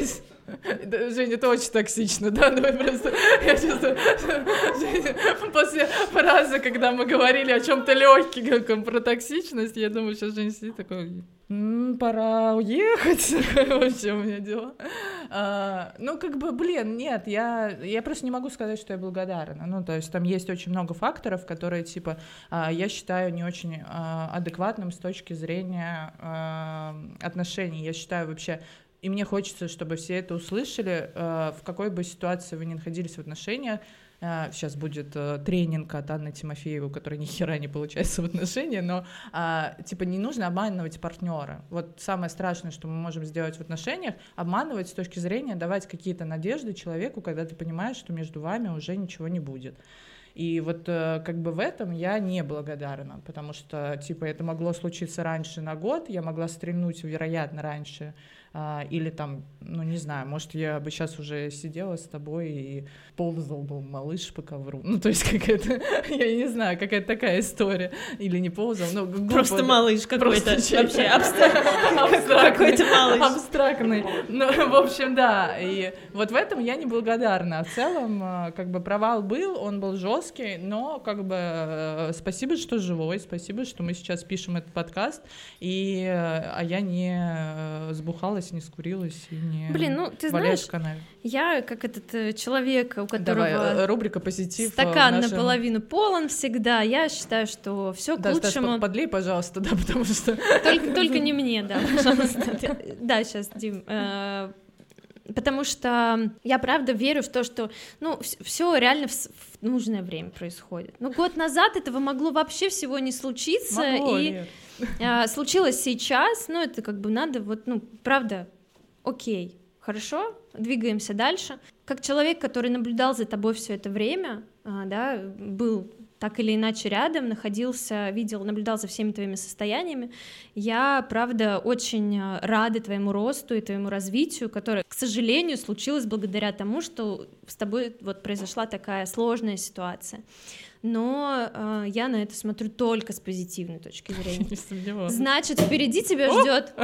Женя, это очень токсично, да? Давай просто... Я чувствую, Женя, после фразы, когда мы говорили о чем-то легком про токсичность, я думаю, сейчас Женя сидит такой... М-м, пора уехать, вообще у меня дела. А, ну, как бы, блин, нет, я, я просто не могу сказать, что я благодарна. Ну, то есть там есть очень много факторов, которые, типа, а, я считаю не очень а, адекватным с точки зрения а, отношений. Я считаю вообще... И мне хочется, чтобы все это услышали, а, в какой бы ситуации вы ни находились в отношениях. Сейчас будет э, тренинг от Анны Тимофеевой, у которой ни хера не получается в отношении, но а, типа не нужно обманывать партнера. Вот самое страшное, что мы можем сделать в отношениях, обманывать с точки зрения давать какие-то надежды человеку, когда ты понимаешь, что между вами уже ничего не будет. И вот э, как бы в этом я не благодарна, потому что типа это могло случиться раньше на год, я могла стрельнуть, вероятно, раньше, э, или там, ну не знаю, может я бы сейчас уже сидела с тобой и ползал бы малыш по ковру, ну то есть какая-то, я не знаю, какая-то такая история, или не ползал, ну глупо, просто да, малыш какой-то, вообще абстрактный, какой-то малыш. Абстрактный, ну в общем, да, и вот в этом я не благодарна, а в целом э, как бы провал был, он был жесткий, но как бы э, спасибо, что живой, спасибо, что мы сейчас пишем этот подкаст, и, э, а я не э, сбухалась, не скурилась и не Блин, ну, ты валяюсь знаешь, в канаве. Я как этот э, человек, у которого Давай, рубрика «Позитив». стакан нашем... наполовину полон всегда, я считаю, что все да, к лучшему. Стас, подлей, пожалуйста, да, потому что... Только, только не мне, да, пожалуйста. Да, сейчас, Дим. Потому что я правда верю в то, что ну, все реально в, в нужное время происходит. Ну, год назад этого могло вообще всего не случиться, могло, и а, случилось сейчас, ну, это как бы надо, вот, ну, правда, окей, хорошо, двигаемся дальше. Как человек, который наблюдал за тобой все это время, а, да, был так или иначе рядом, находился, видел, наблюдал за всеми твоими состояниями. Я, правда, очень рада твоему росту и твоему развитию, которое, к сожалению, случилось благодаря тому, что с тобой вот произошла такая сложная ситуация. Но э, я на это смотрю только с позитивной точки зрения. Не сомневаюсь. Значит, впереди тебя ждет.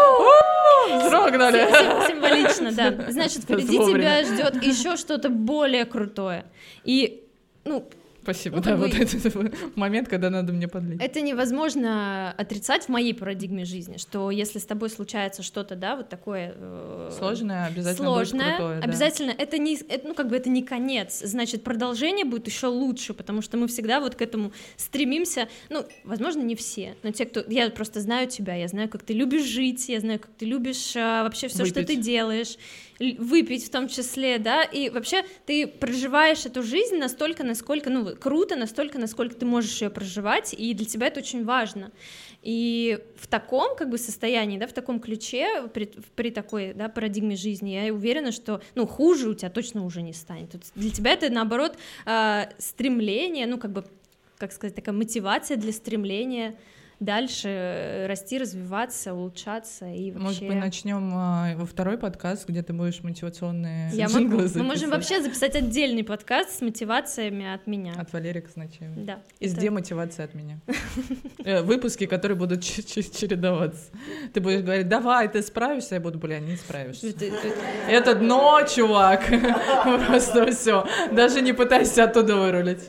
Вздрогнули. Символично, да. Значит, впереди тебя ждет еще что-то более крутое. И, ну, спасибо, ну, да, вот бы... этот момент, когда надо мне подлить. Это невозможно отрицать в моей парадигме жизни, что если с тобой случается что-то, да, вот такое э, сложное, обязательно сложное, будет крутое, обязательно, да. это не, это, ну как бы это не конец, значит продолжение будет еще лучше, потому что мы всегда вот к этому стремимся, ну, возможно, не все, но те, кто, я просто знаю тебя, я знаю, как ты любишь жить, я знаю, как ты любишь а, вообще все, что ты делаешь, выпить в том числе, да, и вообще ты проживаешь эту жизнь настолько, насколько, ну, круто, настолько, насколько ты можешь ее проживать, и для тебя это очень важно. И в таком, как бы, состоянии, да, в таком ключе, при, при такой, да, парадигме жизни, я уверена, что, ну, хуже у тебя точно уже не станет. Тут для тебя это, наоборот, стремление, ну, как бы, как сказать, такая мотивация для стремления дальше расти, развиваться, улучшаться и вообще... Может быть, начнем а, во второй подкаст, где ты будешь мотивационные Я джинглы могу. записывать. Мы можем вообще записать отдельный подкаст с мотивациями от меня. От Валерии Казначеевой. Да. И с это... демотивацией от меня. Выпуски, которые будут чередоваться. Ты будешь говорить, давай, ты справишься, я буду, бля, не справишься. Это дно, чувак. Просто все. Даже не пытайся оттуда вырулить.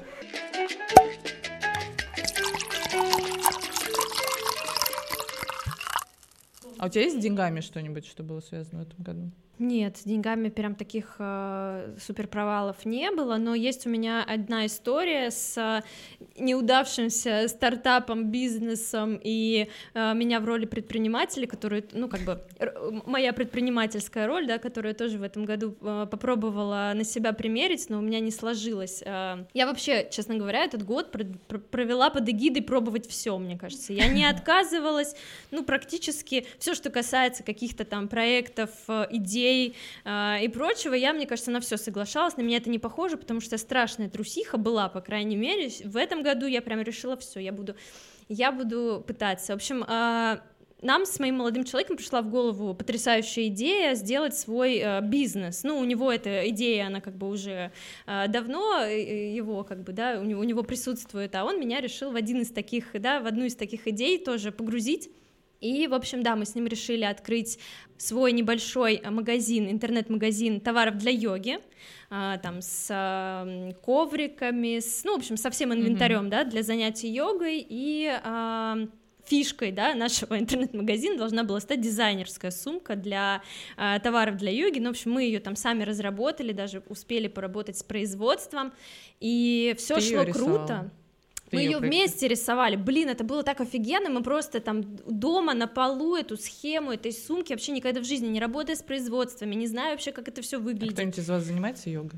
А у тебя есть с деньгами что-нибудь, что было связано в этом году? Нет, с деньгами прям таких э, супер провалов не было, но есть у меня одна история с э, неудавшимся стартапом, бизнесом и э, меня в роли предпринимателя, которую, ну, как бы, р- моя предпринимательская роль, да, которую я тоже в этом году э, попробовала на себя примерить, но у меня не сложилось. Э, я вообще, честно говоря, этот год пр- пр- провела под эгидой пробовать все, мне кажется. Я не отказывалась, ну, практически все, что касается каких-то там проектов, э, идей, и прочего, я, мне кажется, на все соглашалась, на меня это не похоже, потому что я страшная трусиха была, по крайней мере, в этом году я прям решила все, я буду, я буду пытаться. В общем, нам с моим молодым человеком пришла в голову потрясающая идея сделать свой бизнес, ну, у него эта идея, она как бы уже давно его, как бы, да, у него, у него присутствует, а он меня решил в один из таких, да, в одну из таких идей тоже погрузить. И, в общем, да, мы с ним решили открыть свой небольшой магазин, интернет-магазин товаров для йоги, там с ковриками, с, ну, в общем, со всем инвентарем, mm-hmm. да, для занятий йогой, и фишкой, да, нашего интернет-магазина должна была стать дизайнерская сумка для э, товаров для йоги. Ну, в общем, мы ее там сами разработали, даже успели поработать с производством, и все шло круто. Ты мы ее проект... вместе рисовали. Блин, это было так офигенно. Мы просто там дома на полу эту схему этой сумки, вообще никогда в жизни не работая с производствами, не знаю вообще, как это все выглядит. А кто-нибудь из вас занимается йогой?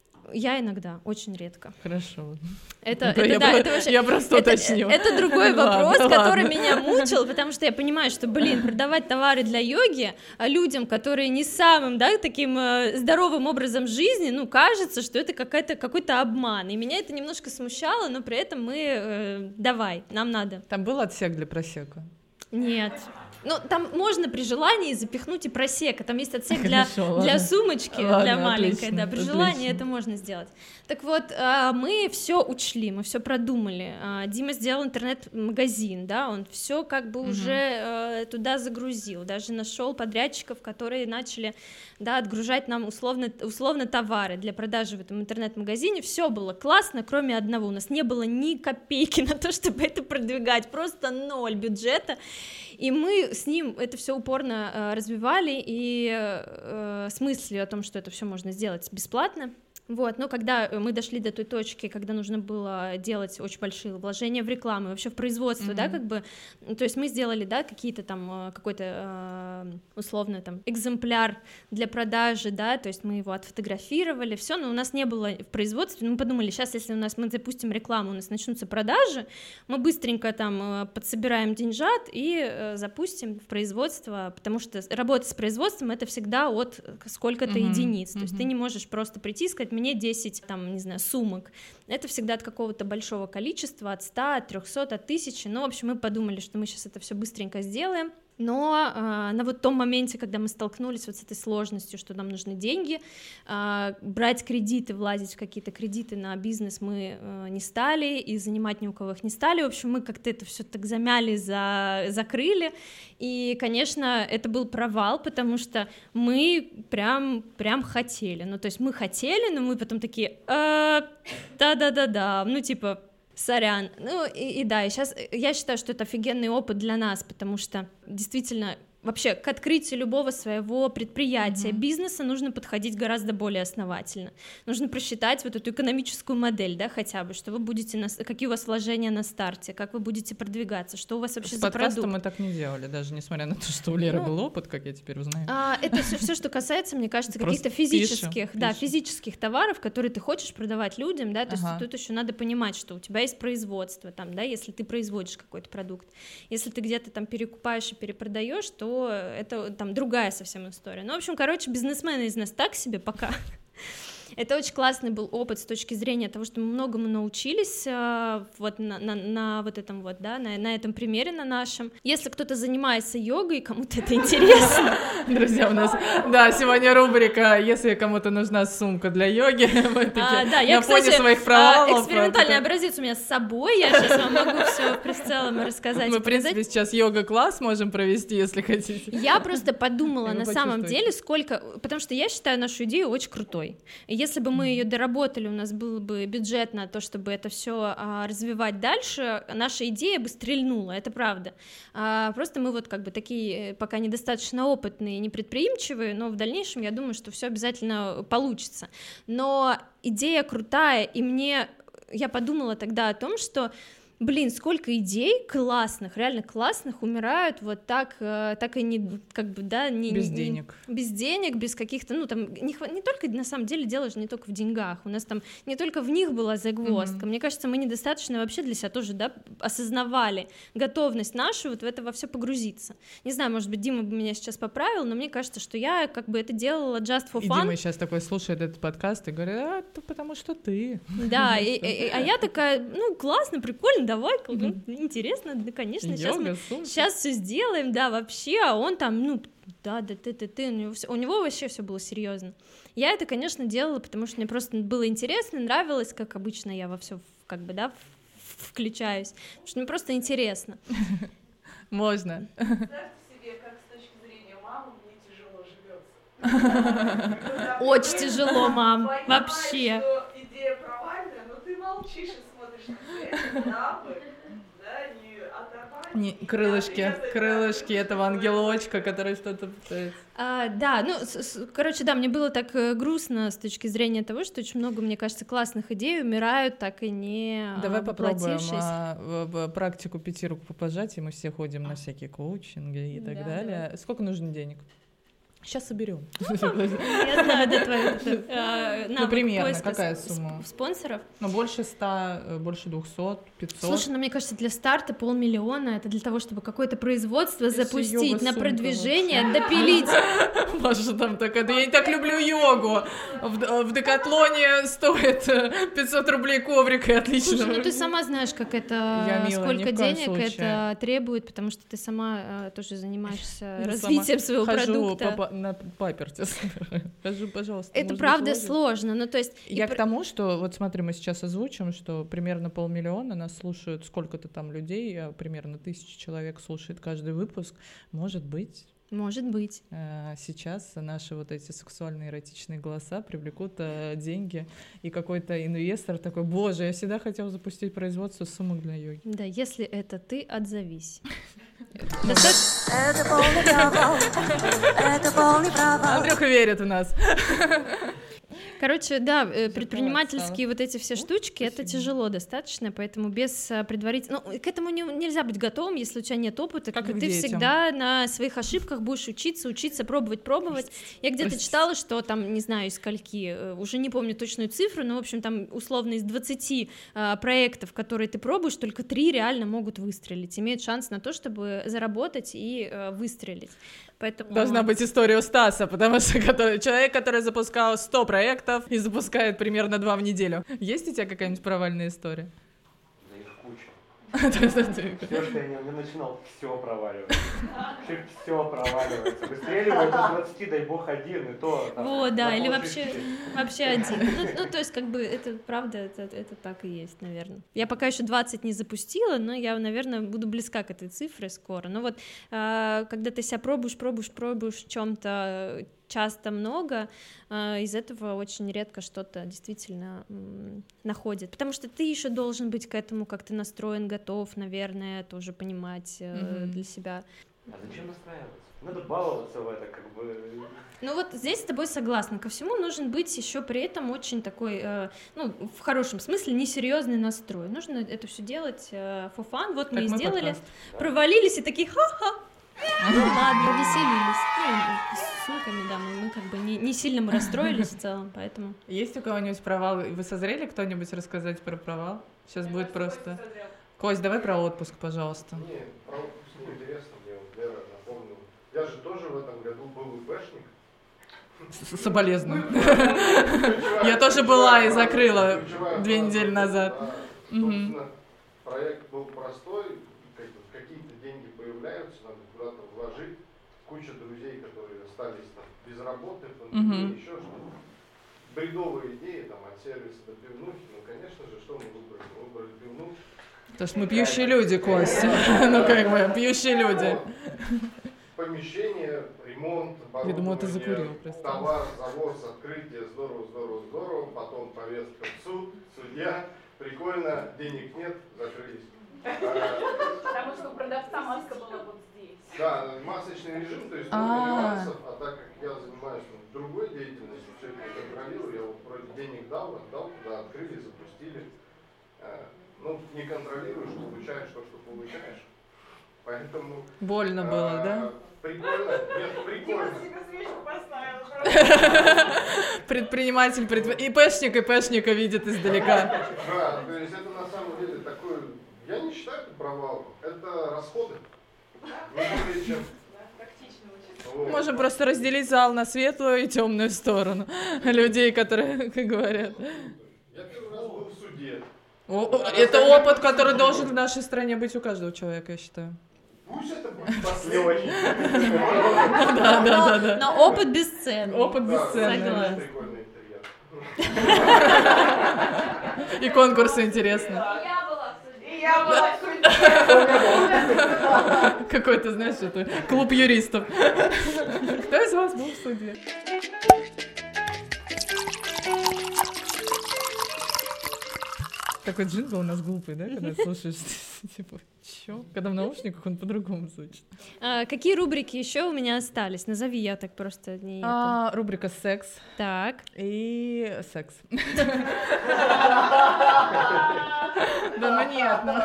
Я иногда, очень редко. Хорошо. Это, это, я, да, про... это вообще... я просто это, уточню. Это другой вопрос, ладно, который ладно. меня мучил, потому что я понимаю, что, блин, продавать товары для йоги людям, которые не самым, да, таким э, здоровым образом жизни, ну, кажется, что это какая-то, какой-то обман, и меня это немножко смущало, но при этом мы, э, давай, нам надо. Там был отсек для просека? Нет. Ну, там можно при желании запихнуть и просека, там есть отсек для, Хорошо, для сумочки, ладно, для маленькой, отлично, да, при отлично. желании это можно сделать. Так вот, мы все учли, мы все продумали, Дима сделал интернет-магазин, да, он все как бы угу. уже туда загрузил, даже нашел подрядчиков, которые начали, да, отгружать нам условно, условно товары для продажи в этом интернет-магазине, все было классно, кроме одного, у нас не было ни копейки на то, чтобы это продвигать, просто ноль бюджета. И мы с ним это все упорно э, развивали и э, с мыслью о том, что это все можно сделать бесплатно. Вот, но когда мы дошли до той точки, когда нужно было делать очень большие вложения в рекламу, вообще в производство, mm-hmm. да, как бы, то есть мы сделали, да, какие-то там, какой-то условно там экземпляр для продажи, да, то есть мы его отфотографировали, все, но у нас не было в производстве, мы подумали, сейчас, если у нас, мы запустим рекламу, у нас начнутся продажи, мы быстренько там подсобираем деньжат и запустим в производство, потому что работа с производством — это всегда от сколько-то mm-hmm. единиц, то mm-hmm. есть ты не можешь просто прийти и сказать, мне десять, там, не знаю, сумок, это всегда от какого-то большого количества, от ста, от трехсот, от тысячи, ну, в общем, мы подумали, что мы сейчас это все быстренько сделаем, но э, на вот том моменте, когда мы столкнулись вот с этой сложностью, что нам нужны деньги, э, брать кредиты, влазить в какие-то кредиты на бизнес мы э, не стали, и занимать ни у кого их не стали, в общем, мы как-то это все так замяли, за... закрыли, и, конечно, это был провал, потому что мы прям, прям хотели, ну, то есть мы хотели, но мы потом такие, э, да-да-да-да, ну, типа, сорян, ну и, и да, и сейчас я считаю, что это офигенный опыт для нас, потому что действительно вообще к открытию любого своего предприятия, mm-hmm. бизнеса нужно подходить гораздо более основательно, нужно просчитать вот эту экономическую модель, да, хотя бы, что вы будете, на... какие у вас вложения на старте, как вы будете продвигаться, что у вас вообще С за продукт. С подкастом мы так не делали, даже несмотря на то, что у Леры ну, был опыт, как я теперь узнаю. А, это все, все, что касается, мне кажется, каких-то физических, пишем, да, пишем. физических товаров, которые ты хочешь продавать людям, да, то ага. есть тут еще надо понимать, что у тебя есть производство, там, да, если ты производишь какой-то продукт, если ты где-то там перекупаешь и перепродаешь, то это там другая совсем история. Ну, в общем, короче, бизнесмены из нас так себе пока. Это очень классный был опыт с точки зрения того, что мы многому научились э, вот на, на, на вот этом вот, да, на, на этом примере, на нашем. Если кто-то занимается йогой, кому-то это интересно. Друзья, у нас, да, сегодня рубрика «Если кому-то нужна сумка для йоги», мы такие на фоне своих провалов. Экспериментальный образец у меня с собой, я сейчас вам могу все в целом рассказать. Мы, в принципе, сейчас йога-класс можем провести, если хотите. Я просто подумала на самом деле, сколько, потому что я считаю нашу идею очень крутой. Если бы мы ее доработали, у нас был бы бюджет на то, чтобы это все а, развивать дальше, наша идея бы стрельнула, это правда. А, просто мы вот как бы такие пока недостаточно опытные, не предприимчивые, но в дальнейшем я думаю, что все обязательно получится. Но идея крутая, и мне, я подумала тогда о том, что блин, сколько идей классных, реально классных умирают вот так, э, так и не, как бы, да, не, без не, денег, без денег, без каких-то, ну там не, не только на самом деле дело же не только в деньгах, у нас там не только в них была загвоздка. Mm-hmm. Мне кажется, мы недостаточно вообще для себя тоже, да, осознавали готовность нашу вот в это во все погрузиться. Не знаю, может быть, Дима бы меня сейчас поправил, но мне кажется, что я как бы это делала just for fun. И Дима сейчас такой слушает этот подкаст и говорит, а, это потому что ты. Да, и, и, а я такая, ну классно, прикольно, давай, mm-hmm. интересно, да, конечно, Йога, сейчас мы сумка. Сейчас все сделаем, да, вообще, а он там, ну, да, да, ты, ты, ты, у него, у него вообще все было серьезно. Я это, конечно, делала, потому что мне просто было интересно, нравилось, как обычно я во все, как бы, да, включаюсь, потому что мне просто интересно. Можно. Представьте себе, как с точки зрения мамы мне тяжело живется. Очень тяжело, мам, вообще. Что идея провальная, но ты молчишь и смотришь на это, да, не оторвать. Не, крылышки, крылышки этого ангелочка, который что-то пытается. А, да, ну, с, с, короче, да, мне было так э, грустно с точки зрения того, что очень много, мне кажется, классных идей умирают, так и не Давай попробуем воплотившись. а, в, в практику пяти рук по пожатию. Мы все ходим на всякие коучинги и так Да, далее. давай. Сколько нужно денег? Сейчас соберем. Я знаю, да, твои э, Ну, навык примерно, поиска какая с- сумма? с- спонсоров. Ну, больше ста, э, больше двухсот, пятьсот. Слушай, ну мне кажется, для старта полмиллиона это для того, чтобы какое-то производство Если запустить, на йога-сумка продвижение, вообще. допилить. Маша там такая, да я не так люблю йогу. В, в Декатлоне стоит э, пятьсот рублей коврик и отлично. Слушай, ну ты сама знаешь, как это, Я милая, ни сколько в коем денег случае. это требует, потому что ты сама э, тоже занимаешься Я развитием сама своего хожу продукта. по- по- на паперти. Хожу, пожалуйста. Это может быть, правда сложно? сложно, ну то есть... и Я пр- к тому, что, вот смотри, мы сейчас озвучим, что примерно полмиллиона нас слушают, сколько-то там людей, а примерно тысяча человек слушает каждый выпуск. Может быть, Может быть. э, сейчас наши вот эти сексуальные эротичные голоса привлекут э, деньги, и какой-то инвестор такой, боже, я всегда хотел запустить производство сумок для йоги. Да, если это ты, отзовись. Достаточно- Это полный провал, это полный провал. Андрюха верит в нас. Короче, да, э, Всё предпринимательские вот эти все штучки, это спасибо. тяжело достаточно, поэтому без э, предварительного... Ну, к этому не- нельзя быть готовым, если у тебя нет опыта, Как как и бы к ты детям. всегда на своих ошибках будешь учиться, учиться, пробовать, пробовать. Я где-то Простите. читала, что там, не знаю, из скольки, э, уже не помню точную цифру, но, в общем, там условно из двадцати э, проектов, которые ты пробуешь, только три реально могут выстрелить, имеют шанс на то, чтобы заработать и э, выстрелить. Поэтому... Должна быть история у Стаса, потому что который- человек, который запускал сто проектов и запускает примерно два в неделю. Есть у тебя какая-нибудь провальная история? Да их куча. То есть это- Все, что я не, не начинал, все проваливается. Вообще все проваливается. Выстреливает из двадцати, дай бог, один, и то... там, Вот, да, на или полшишки. вообще, вообще один. Ну, ну, то есть, как бы, это правда, это, это так и есть, наверное. Я пока еще двадцать не запустила, но я, наверное, буду близка к этой цифре скоро. Но вот, а, когда ты себя пробуешь, пробуешь, пробуешь в чем-то часто много, а, из этого очень редко что-то действительно м, находит. Потому что ты еще должен быть к этому как-то настроен, готов, наверное, тоже понимать э, Мгм. для себя. А зачем настраиваться? Надо баловаться в это, как бы... Ну вот здесь с тобой согласна. Ко всему нужен быть еще при этом очень такой, э, ну, в хорошем смысле, несерьезный настрой. Нужно это все делать э, for fun. Вот мы Как и мы сделали, подкаст. провалились и такие ха-ха. Ну ладно, повеселились. Ну, с сумками, да, мы, мы как бы не, не сильно мы расстроились в целом, поэтому... Есть у кого-нибудь провал? Вы созрели кто-нибудь рассказать про провал? Сейчас будет просто... Кость, давай про отпуск, пожалуйста. Не, про отпуск неинтересно, мне вот Лера напомнил. Я же тоже в этом году был ИПшник. С- Соболезную. Я тоже была и закрыла две недели назад. Мгм. Собственно, проект был простой, как бы какие-то деньги появляются, надо куда-то вложить. Куча друзей, которые остались там без работы, пандемии, Мгм. еще что-то. Бредовые идеи там от сервиса до пивнухи. Ну, конечно же, что мы выбрали? Мы выбрали пивнуху. Потому что мы пьющие люди, Костя. Ну как бы, пьющие люди. Помещение, ремонт, Я думала, ты оборудование, закурил просто. товар, завоз, открытие, здорово, здорово, здорово, потом повестка в суд, судья, прикольно, денег нет, закрылись. А, Потому что у продавца маска была вот здесь. Да, масочный режим, то есть А. много нюансов, а так как я занимаюсь ну, другой деятельностью, все это контролирую, я вот вроде денег дал, отдал, туда открыли, запустили. А, Ну, не контролируешь, что получаешь то, что получаешь. Поэтому... Больно было, а, да? Прикольно, нет, прикольно. себе свечку поставила. Предприниматель, предпри- ИПшник ИПшника видит издалека. Да, то есть это на самом деле такой, я не считаю это провалом, это расходы. Не более чем. Практично очень. Вот. Можем просто разделить зал на светлую и темную сторону людей, которые, как говорят. Я первый раз был в суде. О, о, это опыт, который должен в нашей стране быть у каждого человека, я считаю. Пусть это будет последний. Да, да, да, да. Но опыт бесценный. Опыт Да, бесценный. Согласна. да. прикольный интерьер. И конкурсы интересны. И я была в суде. И я была в суде. Какой-то, знаешь, это клуб юристов. Кто из вас был в суде? Такой джингл у нас глупый, да, когда слушаешь, типа, чё? Когда в наушниках он по-другому звучит. А, какие рубрики еще у меня остались? Назови, я так просто не... А, рубрика «Секс». Так. И секс. Да, ну нет, ну.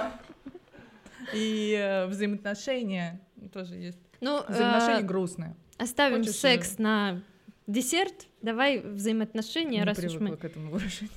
И взаимоотношения тоже есть. Ну, Взаимоотношения грустные. Оставим секс на десерт. Давай взаимоотношения, раз уж мы... Не привыкла к этому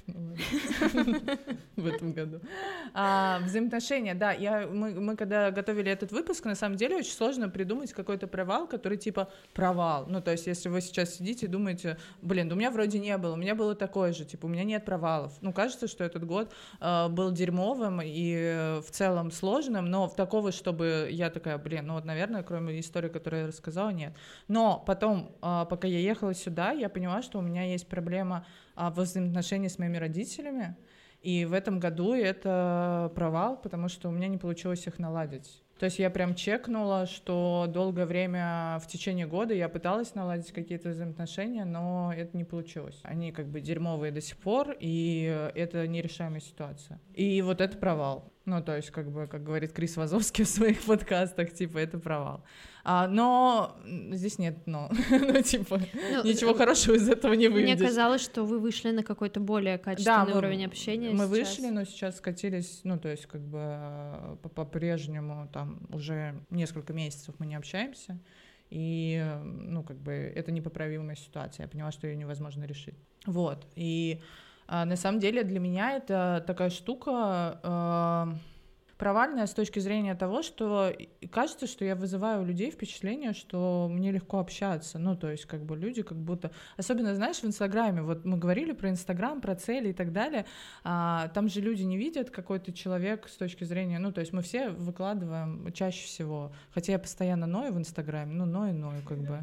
выражению в этом году. А, взаимоотношения, да, я, мы, мы когда готовили этот выпуск, на самом деле очень сложно придумать какой-то провал, который типа провал. Ну, то есть, если вы сейчас сидите и думаете, блин, да у меня вроде не было, у меня было такое же, типа, у меня нет провалов. Ну, кажется, что этот год э, был дерьмовым и э, в целом сложным, но в такого, чтобы я такая, блин, ну вот, наверное, кроме истории, которую я рассказала, нет. Но потом, э, пока я ехала сюда, я поняла, что у меня есть проблема а, во взаимоотношении с моими родителями, и в этом году это провал, потому что у меня не получилось их наладить. То есть я прям чекнула, что долгое время в течение года я пыталась наладить какие-то взаимоотношения, но это не получилось. Они как бы дерьмовые до сих пор, и это нерешаемая ситуация. И вот это провал. Ну, то есть, как бы, как говорит Крис Вазовский в своих подкастах, типа, это провал. А, но здесь нет но. ну, типа, ну, ничего хорошего из этого не выйдет. Мне казалось, что вы вышли на какой-то более качественный да, мы, уровень общения. Мы сейчас. вышли, но сейчас скатились, ну, то есть, как бы, по-прежнему, там, уже несколько месяцев мы не общаемся, и, ну, как бы, это непоправимая ситуация. Я поняла, что ее невозможно решить. Вот, и... А, на самом деле для меня это такая штука э, провальная с точки зрения того, что кажется, что я вызываю у людей впечатление, что мне легко общаться. Ну, то есть, как бы люди как будто... Особенно, знаешь, в Инстаграме, вот мы говорили про Инстаграм, про цели и так далее, а, там же люди не видят, какой ты человек с точки зрения... Ну, то есть мы все выкладываем чаще всего, хотя я постоянно ною в Инстаграме, ну, ною, ною, как бы...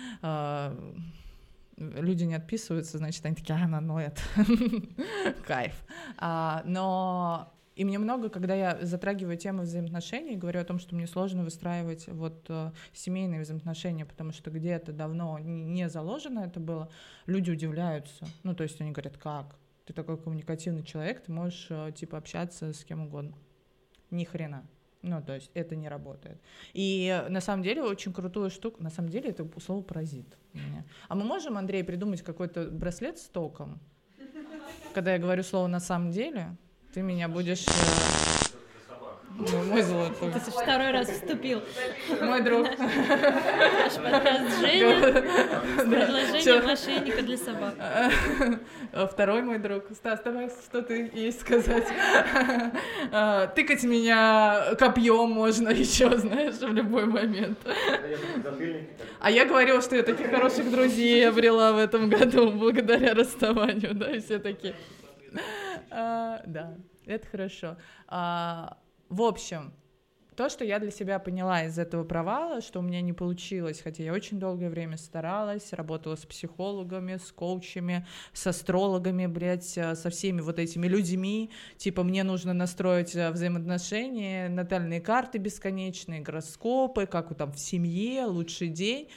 А, люди не отписываются, значит, они такие, а, она ноет. Кайф. А, но и мне много, когда я затрагиваю тему взаимоотношений, говорю о том, что мне сложно выстраивать вот uh, семейные взаимоотношения, потому что где-то давно не заложено это было, люди удивляются. Ну, то есть они говорят, как? Ты такой коммуникативный человек, ты можешь, uh, типа, общаться с кем угодно. Ни хрена. Ну, то есть это не работает. И на самом деле очень крутую штуку, на самом деле это слово паразит меня. А мы можем, Андрей, придумать какой-то браслет с током? Когда я говорю слово «на самом деле», ты меня будешь... Мой золотой. Ты второй раз вступил. Мой друг. Наш подкаст Женя с предложением мошенника для собак. Второй мой друг. Стас, давай, что ты есть сказать? Тыкать меня копьем можно еще, знаешь, в любой момент. А я говорила, что я таких хороших друзей обрела в этом году благодаря расставанию, да, и все такие. Да, это хорошо. В общем, то, что я для себя поняла из этого провала, что у меня не получилось, хотя я очень долгое время старалась, работала с психологами, с коучами, с астрологами, блядь, со всеми вот этими людьми, типа мне нужно настроить взаимоотношения, натальные карты бесконечные, гороскопы, как вот там в семье, лучший день.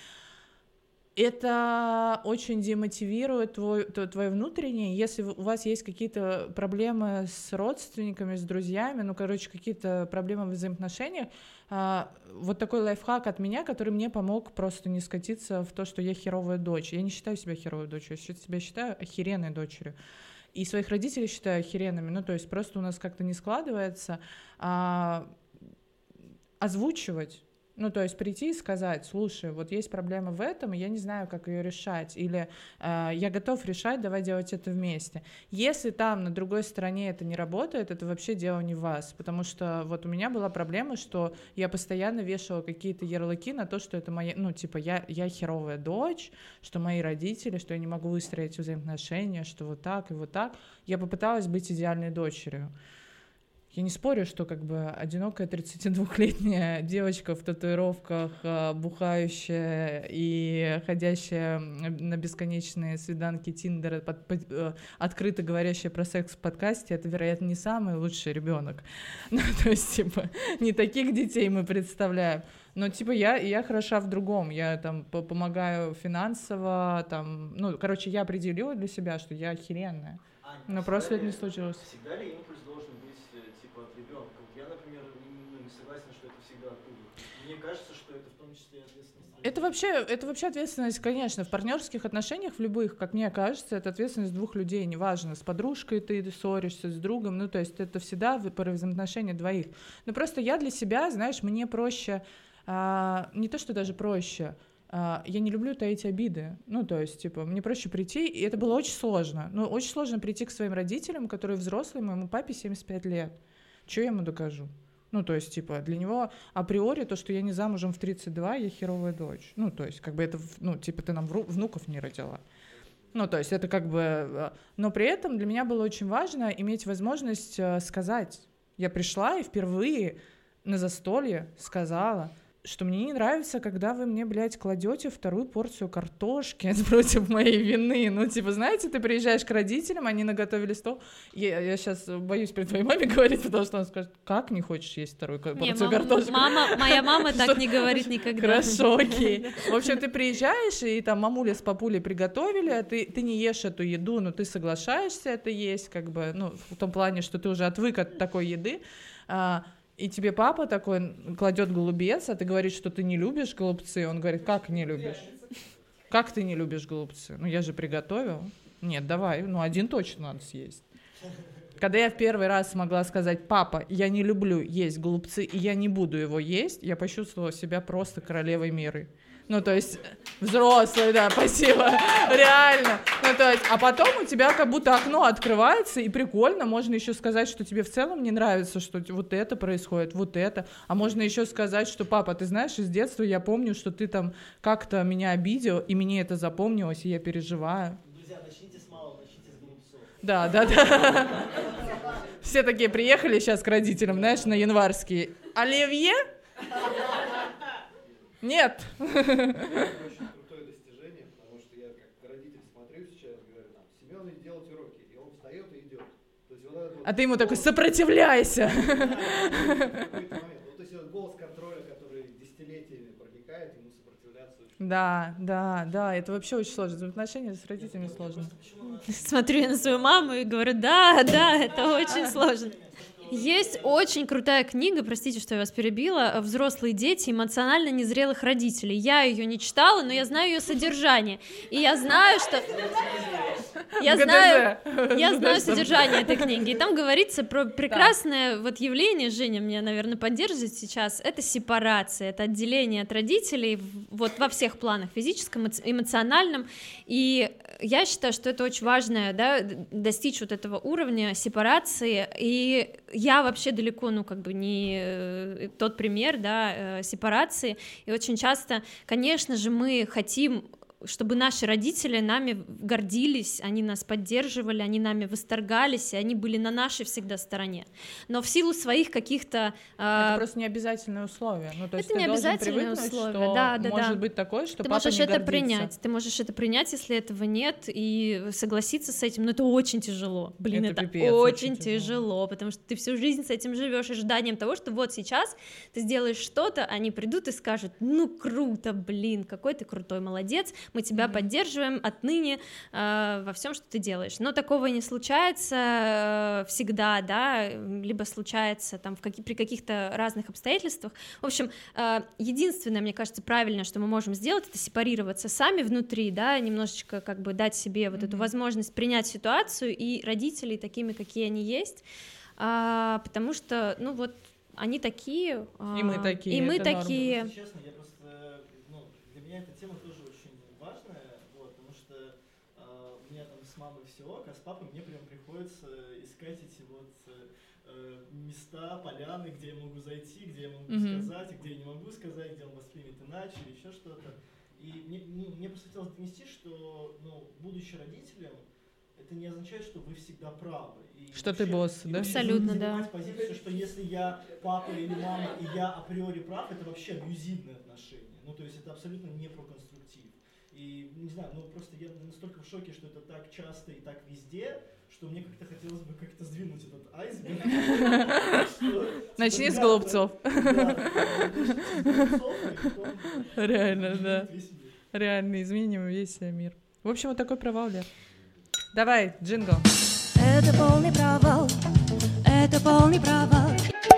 Это очень демотивирует твой, твое внутреннее. Если у вас есть какие-то проблемы с родственниками, с друзьями, ну, короче, какие-то проблемы в взаимоотношениях, вот такой лайфхак от меня, который мне помог просто не скатиться в то, что я херовая дочь. Я не считаю себя херовой дочерью, я себя считаю охеренной дочерью. И своих родителей считаю охеренными. Ну, то есть просто у нас как-то не складывается. А, озвучивать. Ну, то есть прийти и сказать, слушай, вот есть проблема в этом, и я не знаю, как ее решать, или э, я готов решать, давай делать это вместе. Если там на другой стороне это не работает, это вообще дело не в вас, потому что вот у меня была проблема, что я постоянно вешала какие-то ярлыки на то, что это моя, ну, типа, я, я херовая дочь, что мои родители, что я не могу выстроить взаимоотношения, что вот так и вот так. Я попыталась быть идеальной дочерью. Я не спорю, что как бы одинокая тридцатидвухлетняя девочка в татуировках, бухающая и ходящая на бесконечные свиданки Тиндера, под, под, открыто говорящая про секс в подкасте, это, вероятно, не самый лучший ребенок. Ну, то есть, типа, не таких детей мы представляем. Но, типа, я, я хороша в другом. Я там помогаю финансово, там, ну, короче, я определила для себя, что я охеренная. Ань, но просто это не случилось. Всегда ли импульс должен быть, типа, от ребенка? Вот я, например, не, не согласен, что это всегда оттуда. Мне кажется, что это в том числе ответственность. Это вообще, это вообще ответственность, конечно, в партнерских отношениях, в любых, как мне кажется, это ответственность двух людей, неважно, с подружкой ты ссоришься, с другом, ну, то есть это всегда про взаимоотношения двоих. Но просто я для себя, знаешь, мне проще, а, не то, что даже проще, а, я не люблю таить обиды, ну, то есть, типа, мне проще прийти, и это было очень сложно, ну, очень сложно прийти к своим родителям, которые взрослые, моему папе семьдесят пять лет, что я ему докажу? Ну, то есть, типа, для него априори то, что я не замужем в тридцать два, я херовая дочь. Ну, то есть, как бы это, ну, типа, ты нам внуков не родила. Ну, то есть, это как бы... Но при этом для меня было очень важно иметь возможность сказать. Я пришла и впервые на застолье сказала, что мне не нравится, когда вы мне, блядь, кладете вторую порцию картошки против моей вины. Ну, типа, знаете, ты приезжаешь к родителям, они наготовили стол. Я, я сейчас боюсь при твоей маме говорить, потому что она скажет, как не хочешь есть вторую порцию не, мам, картошки? Мама, моя мама так не говорит никогда. Хорошо, окей. В общем, ты приезжаешь, и там мамуля с папулей приготовили, а ты, ты не ешь эту еду, но ты соглашаешься это есть, как бы, ну, в том плане, что ты уже отвык от такой еды. И тебе папа такой кладет голубец, а ты говоришь, что ты не любишь голубцы. Он говорит, как не любишь? Как ты не любишь голубцы? Ну, я же приготовил. Нет, давай, ну, один точно надо съесть. Когда я в первый раз смогла сказать, папа, я не люблю есть голубцы, и я не буду его есть, я почувствовала себя просто королевой мира. Ну, то есть, взрослый, да, спасибо, реально. Ну, то есть, а потом у тебя как будто окно открывается, и прикольно, можно еще сказать, что тебе в целом не нравится, что вот это происходит, вот это. А можно еще сказать, что, папа, ты знаешь, из детства я помню, что ты там как-то меня обидел, и мне это запомнилось, и я переживаю. Друзья, начните с малого, начните с голубцов. Да, да, да. Все такие приехали сейчас к родителям, знаешь, на январские. Оливье? Нет. Это очень крутое достижение, потому что я как родитель смотрю сейчас, говорю, там, Семен, иди делать уроки, и он встает и идет. То есть, вот этот а вот ты ему такой, сопротивляйся. Да, момент. Вот, то есть этот голос контроля, который десятилетиями проникает, ему сопротивляться очень. Да, да, да, это вообще очень сложно. Отношения с родителями сложно. Смотрю я на свою маму и говорю, да, да, это очень сложно. Есть очень крутая книга, простите, что я вас перебила, «Взрослые дети эмоционально незрелых родителей». Я ее не читала, но я знаю ее содержание. И я знаю, что... Я знаю, я знаю содержание этой книги. И там говорится про прекрасное вот явление, Женя меня, наверное, поддержит сейчас, это сепарация, это отделение от родителей вот во всех планах, физическом, эмоциональном. И я считаю, что это очень важно, да, достичь вот этого уровня сепарации. И я вообще далеко, ну, как бы не тот пример, да, сепарации. И очень часто, конечно же, мы хотим, чтобы наши родители нами гордились, они нас поддерживали, они нами восторгались, и они были на нашей всегда стороне. Но в силу своих каких-то... Это э... просто не обязательное условие. Ну, то есть это ты не обязательное условие, что да, да, может да. быть такое, что ты папа можешь не это гордится. принять, ты можешь это принять, если этого нет, и согласиться с этим, но это очень тяжело. Блин, это, это пипец, очень, очень тяжело, тяжело, потому что ты всю жизнь с этим живешь, ожиданием того, что вот сейчас ты сделаешь что-то, они придут и скажут, ну круто, блин, какой ты крутой, молодец, мы тебя mm-hmm. поддерживаем отныне э, во всем, что ты делаешь. Но такого не случается э, всегда, да, либо случается там в каки- при каких-то разных обстоятельствах. В общем, э, единственное, мне кажется, правильное, что мы можем сделать, это сепарироваться сами внутри, да, немножечко как бы дать себе вот mm-hmm. эту возможность принять ситуацию и родителей такими, какие они есть, э, потому что, ну вот, они такие, э, и мы такие, и мы такие. Если честно, я просто, ну, для меня эта тема тоже очень важная. С мамой все ок, а с папой мне прям приходится искать эти вот э, места, поляны, где я могу зайти, где я могу mm-hmm. сказать, где я не могу сказать, где он воспримет иначе или еще что-то. И мне, ну, мне просто хотелось донести, что, ну, будучи родителем, это не означает, что вы всегда правы. И что вообще, ты босс, да? Абсолютно, да. Позицию, что если я папа или мама, и я априори прав, это вообще абьюзивные отношения. Ну, то есть это абсолютно не про конструктив. И, не знаю, ну просто я настолько в шоке, что это так часто и так везде, что мне как-то хотелось бы как-то сдвинуть этот айсберг. Начни с голубцов. Реально, да. Реально, изменим весь мир. В общем, вот такой провал, Лер. Давай, джингл. Это полный провал, это полный провал.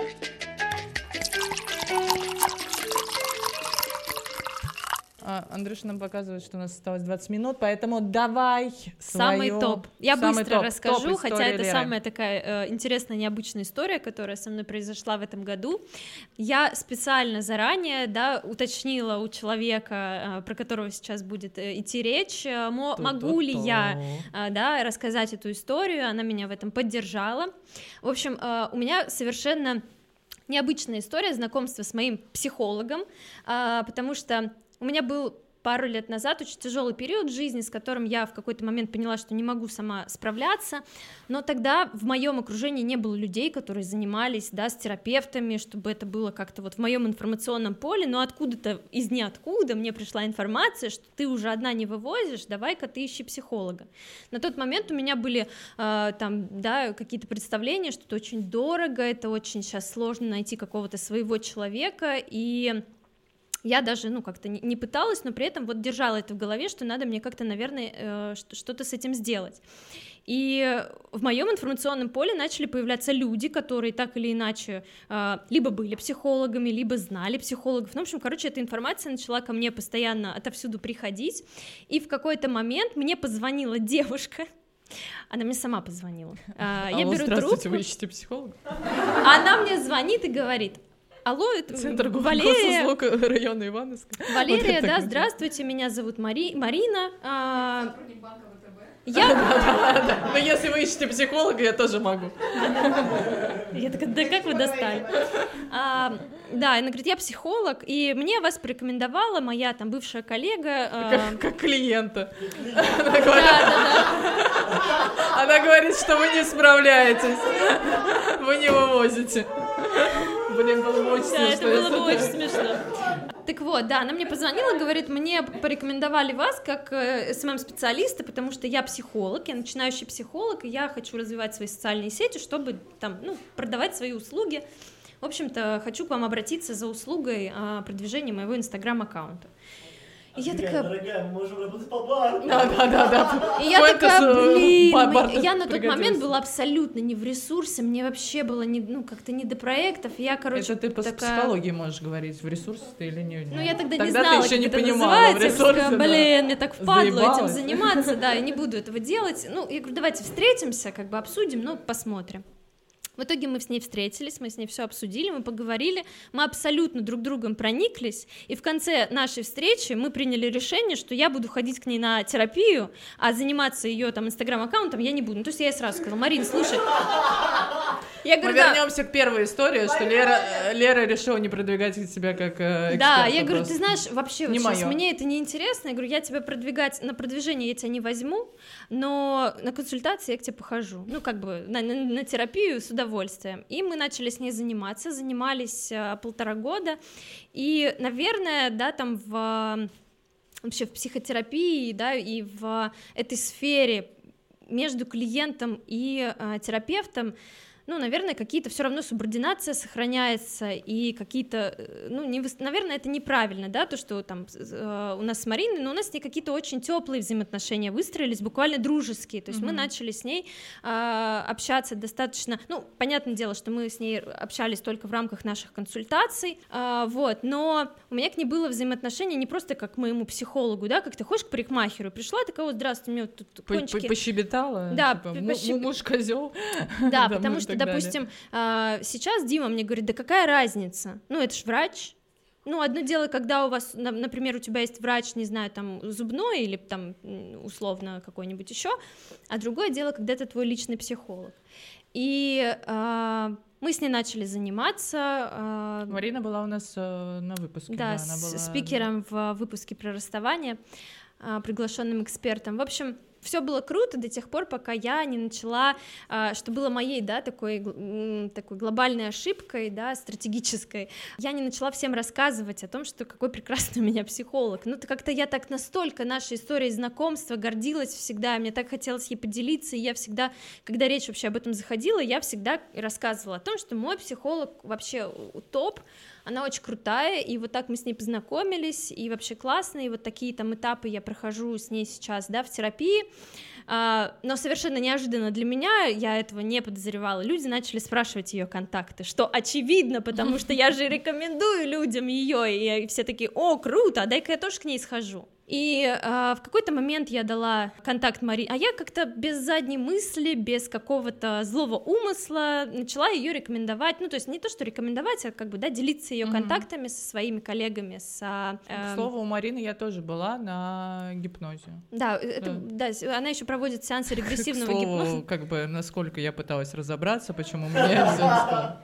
А, Андрюша нам показывает, что у нас осталось двадцать минут, поэтому давай Самый свою... топ. Я Самый быстро топ. расскажу, Топ хотя история это Леры. самая такая э, интересная, необычная история, которая со мной произошла в этом году. Я специально заранее, да, уточнила у человека, э, про которого сейчас будет э, идти речь, э, мо- могу ли я, э, да, рассказать эту историю. Она меня в этом поддержала. В общем, э, у меня совершенно необычная история знакомства с моим психологом, э, потому что у меня был пару лет назад очень тяжелый период в жизни, с которым я в какой-то момент поняла, что не могу сама справляться, но тогда в моем окружении не было людей, которые занимались, да, с терапевтами, чтобы это было как-то вот в моем информационном поле, но откуда-то из ниоткуда мне пришла информация, что ты уже одна не вывозишь, давай-ка ты ищи психолога. На тот момент у меня были э, там, да, какие-то представления, что это очень дорого, это очень сейчас сложно найти какого-то своего человека, и я даже, ну, как-то не пыталась, но при этом вот держала это в голове, что надо мне как-то, наверное, что-то с этим сделать. И в моем информационном поле начали появляться люди, которые так или иначе либо были психологами, либо знали психологов. Ну, в общем, короче, эта информация начала ко мне постоянно отовсюду приходить, и в какой-то момент мне позвонила девушка. Она мне сама позвонила. Алло, я беру здравствуйте, трубку. вы ищете психолога? Она мне звонит и говорит: алло, это Центр Валерия. госуслуг района Ивановска. Валерия, Вот да, так. здравствуйте, меня зовут Мари... Марина. А... Сотрудник банка ВТБ. Я... Но если вы ищете психолога, я тоже могу. Я такая, да как вы достали? А, да, она говорит, я психолог, и мне вас порекомендовала моя там бывшая коллега. а, Как, как клиента. Она Да, говорит, да, она говорит, что вы не справляетесь. Вы не вывозите. Блин, было бы очень да. Да, это смешно, было если бы ты- очень смешно. Так вот, да, она мне позвонила, говорит, мне порекомендовали вас как э, эс эм эм-специалиста, потому что я психолог, я начинающий психолог, и я хочу развивать свои социальные сети, чтобы там, ну, продавать свои услуги. В общем-то, хочу к вам обратиться за услугой э, продвижения моего инстаграм-аккаунта. И я такая... Дорогая, мы можем работать по бару. Да, да, да, да. И я Fuentes, такая, э, блин, бар- мы- бар- я на тот пригодился. момент была абсолютно не в ресурсе, мне вообще было не, ну, как-то не до проектов, я, короче, Это ты по такая... психологии можешь говорить, в ресурсе ты или не? Ну, я тогда, Тогда не ты знала, еще как не это понимала, называется, в я ресурсе, такая, да. блин, мне так впадло этим Заебалась. заниматься, да, я не буду этого делать, ну, я говорю, давайте встретимся, как бы обсудим, ну, посмотрим. В итоге мы с ней встретились, мы с ней все обсудили, мы поговорили, мы абсолютно друг другом прониклись, и в конце нашей встречи мы приняли решение, что я буду ходить к ней на терапию, а заниматься ее там инстаграм-аккаунтом я не буду. Ну, то есть я ей сразу сказала, Марин, слушай, я Мы говорю, да, вернемся к первой истории, что Лера, э, Лера решила не продвигать себя как э, эксперта. да, я говорю, просто. ты знаешь, вообще вот Не сейчас моё. мне это не интересно, я говорю, я тебя продвигать, на продвижение я тебя не возьму, но на консультации я к тебе похожу, ну, как бы на, на- на терапию с удовольствием. И мы начали с ней заниматься, занимались а, полтора года, и, наверное, да, там в вообще в психотерапии, да, и в этой сфере между клиентом и а, терапевтом, ну, наверное, какие-то все равно субординация сохраняется, и какие-то, э, ну, не, выс- наверное, это неправильно, да, то, что там э, у нас с Мариной, но у нас с ней какие-то очень теплые взаимоотношения выстроились, буквально дружеские, то есть мы Мгм. начали с ней э, общаться достаточно, ну, понятное дело, что мы с ней общались только в рамках наших консультаций, э, вот, но у меня к ней было взаимоотношение не просто как к моему психологу, да, как ты ходишь к парикмахеру, пришла такая, вот, здравствуй, у меня вот тут По- кончики. по- Пощебетала? Да, типа, по- му- пощеб- му- муж козел. Да, Там, потому и что, так далее. допустим, а, сейчас Дима мне говорит, да какая разница? Ну, это ж врач. Ну, одно дело, когда у вас, на- например, у тебя есть врач, не знаю, там, зубной или там, м, условно, какой-нибудь еще, а другое дело, когда это твой личный психолог. И а, мы с ней начали заниматься. а, Марина была у нас э, на выпуске. да, она с была... спикером в выпуске про расставание, а, приглашенным экспертом. В общем, все было круто до тех пор, пока я не начала, что было моей, да, такой, такой глобальной ошибкой, да, стратегической, я не начала всем рассказывать о том, что какой прекрасный у меня психолог. Ну, как-то я так настолько нашей историей знакомства гордилась всегда, мне так хотелось ей поделиться, и я всегда, когда речь вообще об этом заходила, я всегда рассказывала о том, что мой психолог вообще топ, она очень крутая, и вот так мы с ней познакомились, и вообще классно, и вот такие там этапы я прохожу с ней сейчас, да, в терапии, а, но совершенно неожиданно для меня, я этого не подозревала, люди начали спрашивать ее контакты, что очевидно, потому что я же рекомендую людям ее, и все такие, о, круто, дай-ка я тоже к ней схожу. И э, в какой-то момент я дала контакт Марине, а я как-то без задней мысли, без какого-то злого умысла начала ее рекомендовать, ну то есть не то, что рекомендовать, а как бы, да, делиться ее mm-hmm. контактами со своими коллегами. С, э, К слову, у Марины я тоже была на гипнозе. Да, это, да, она еще проводит сеансы регрессивного К слову, гипноза. Как бы, насколько я пыталась разобраться, почему мне все стало.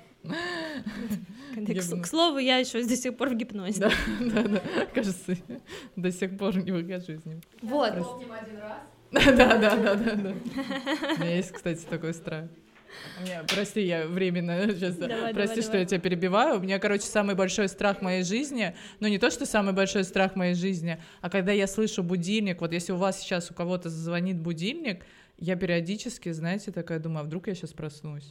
К, к слову, я еще до сих пор в гипнозе. Да, да, да. Кажется, до сих пор не выхожу из него. Вот. Помним один раз. Да, да, да, да, да. У меня есть, кстати, такой страх. У меня, прости, я временно сейчас, давай, прости, давай, что давай. я тебя перебиваю. У меня, короче, самый большой страх в моей жизни, ну не то, что самый большой страх в моей жизни, а когда я слышу будильник, вот если у вас сейчас у кого-то зазвонит будильник, я периодически, знаете, такая думаю, а вдруг я сейчас проснусь?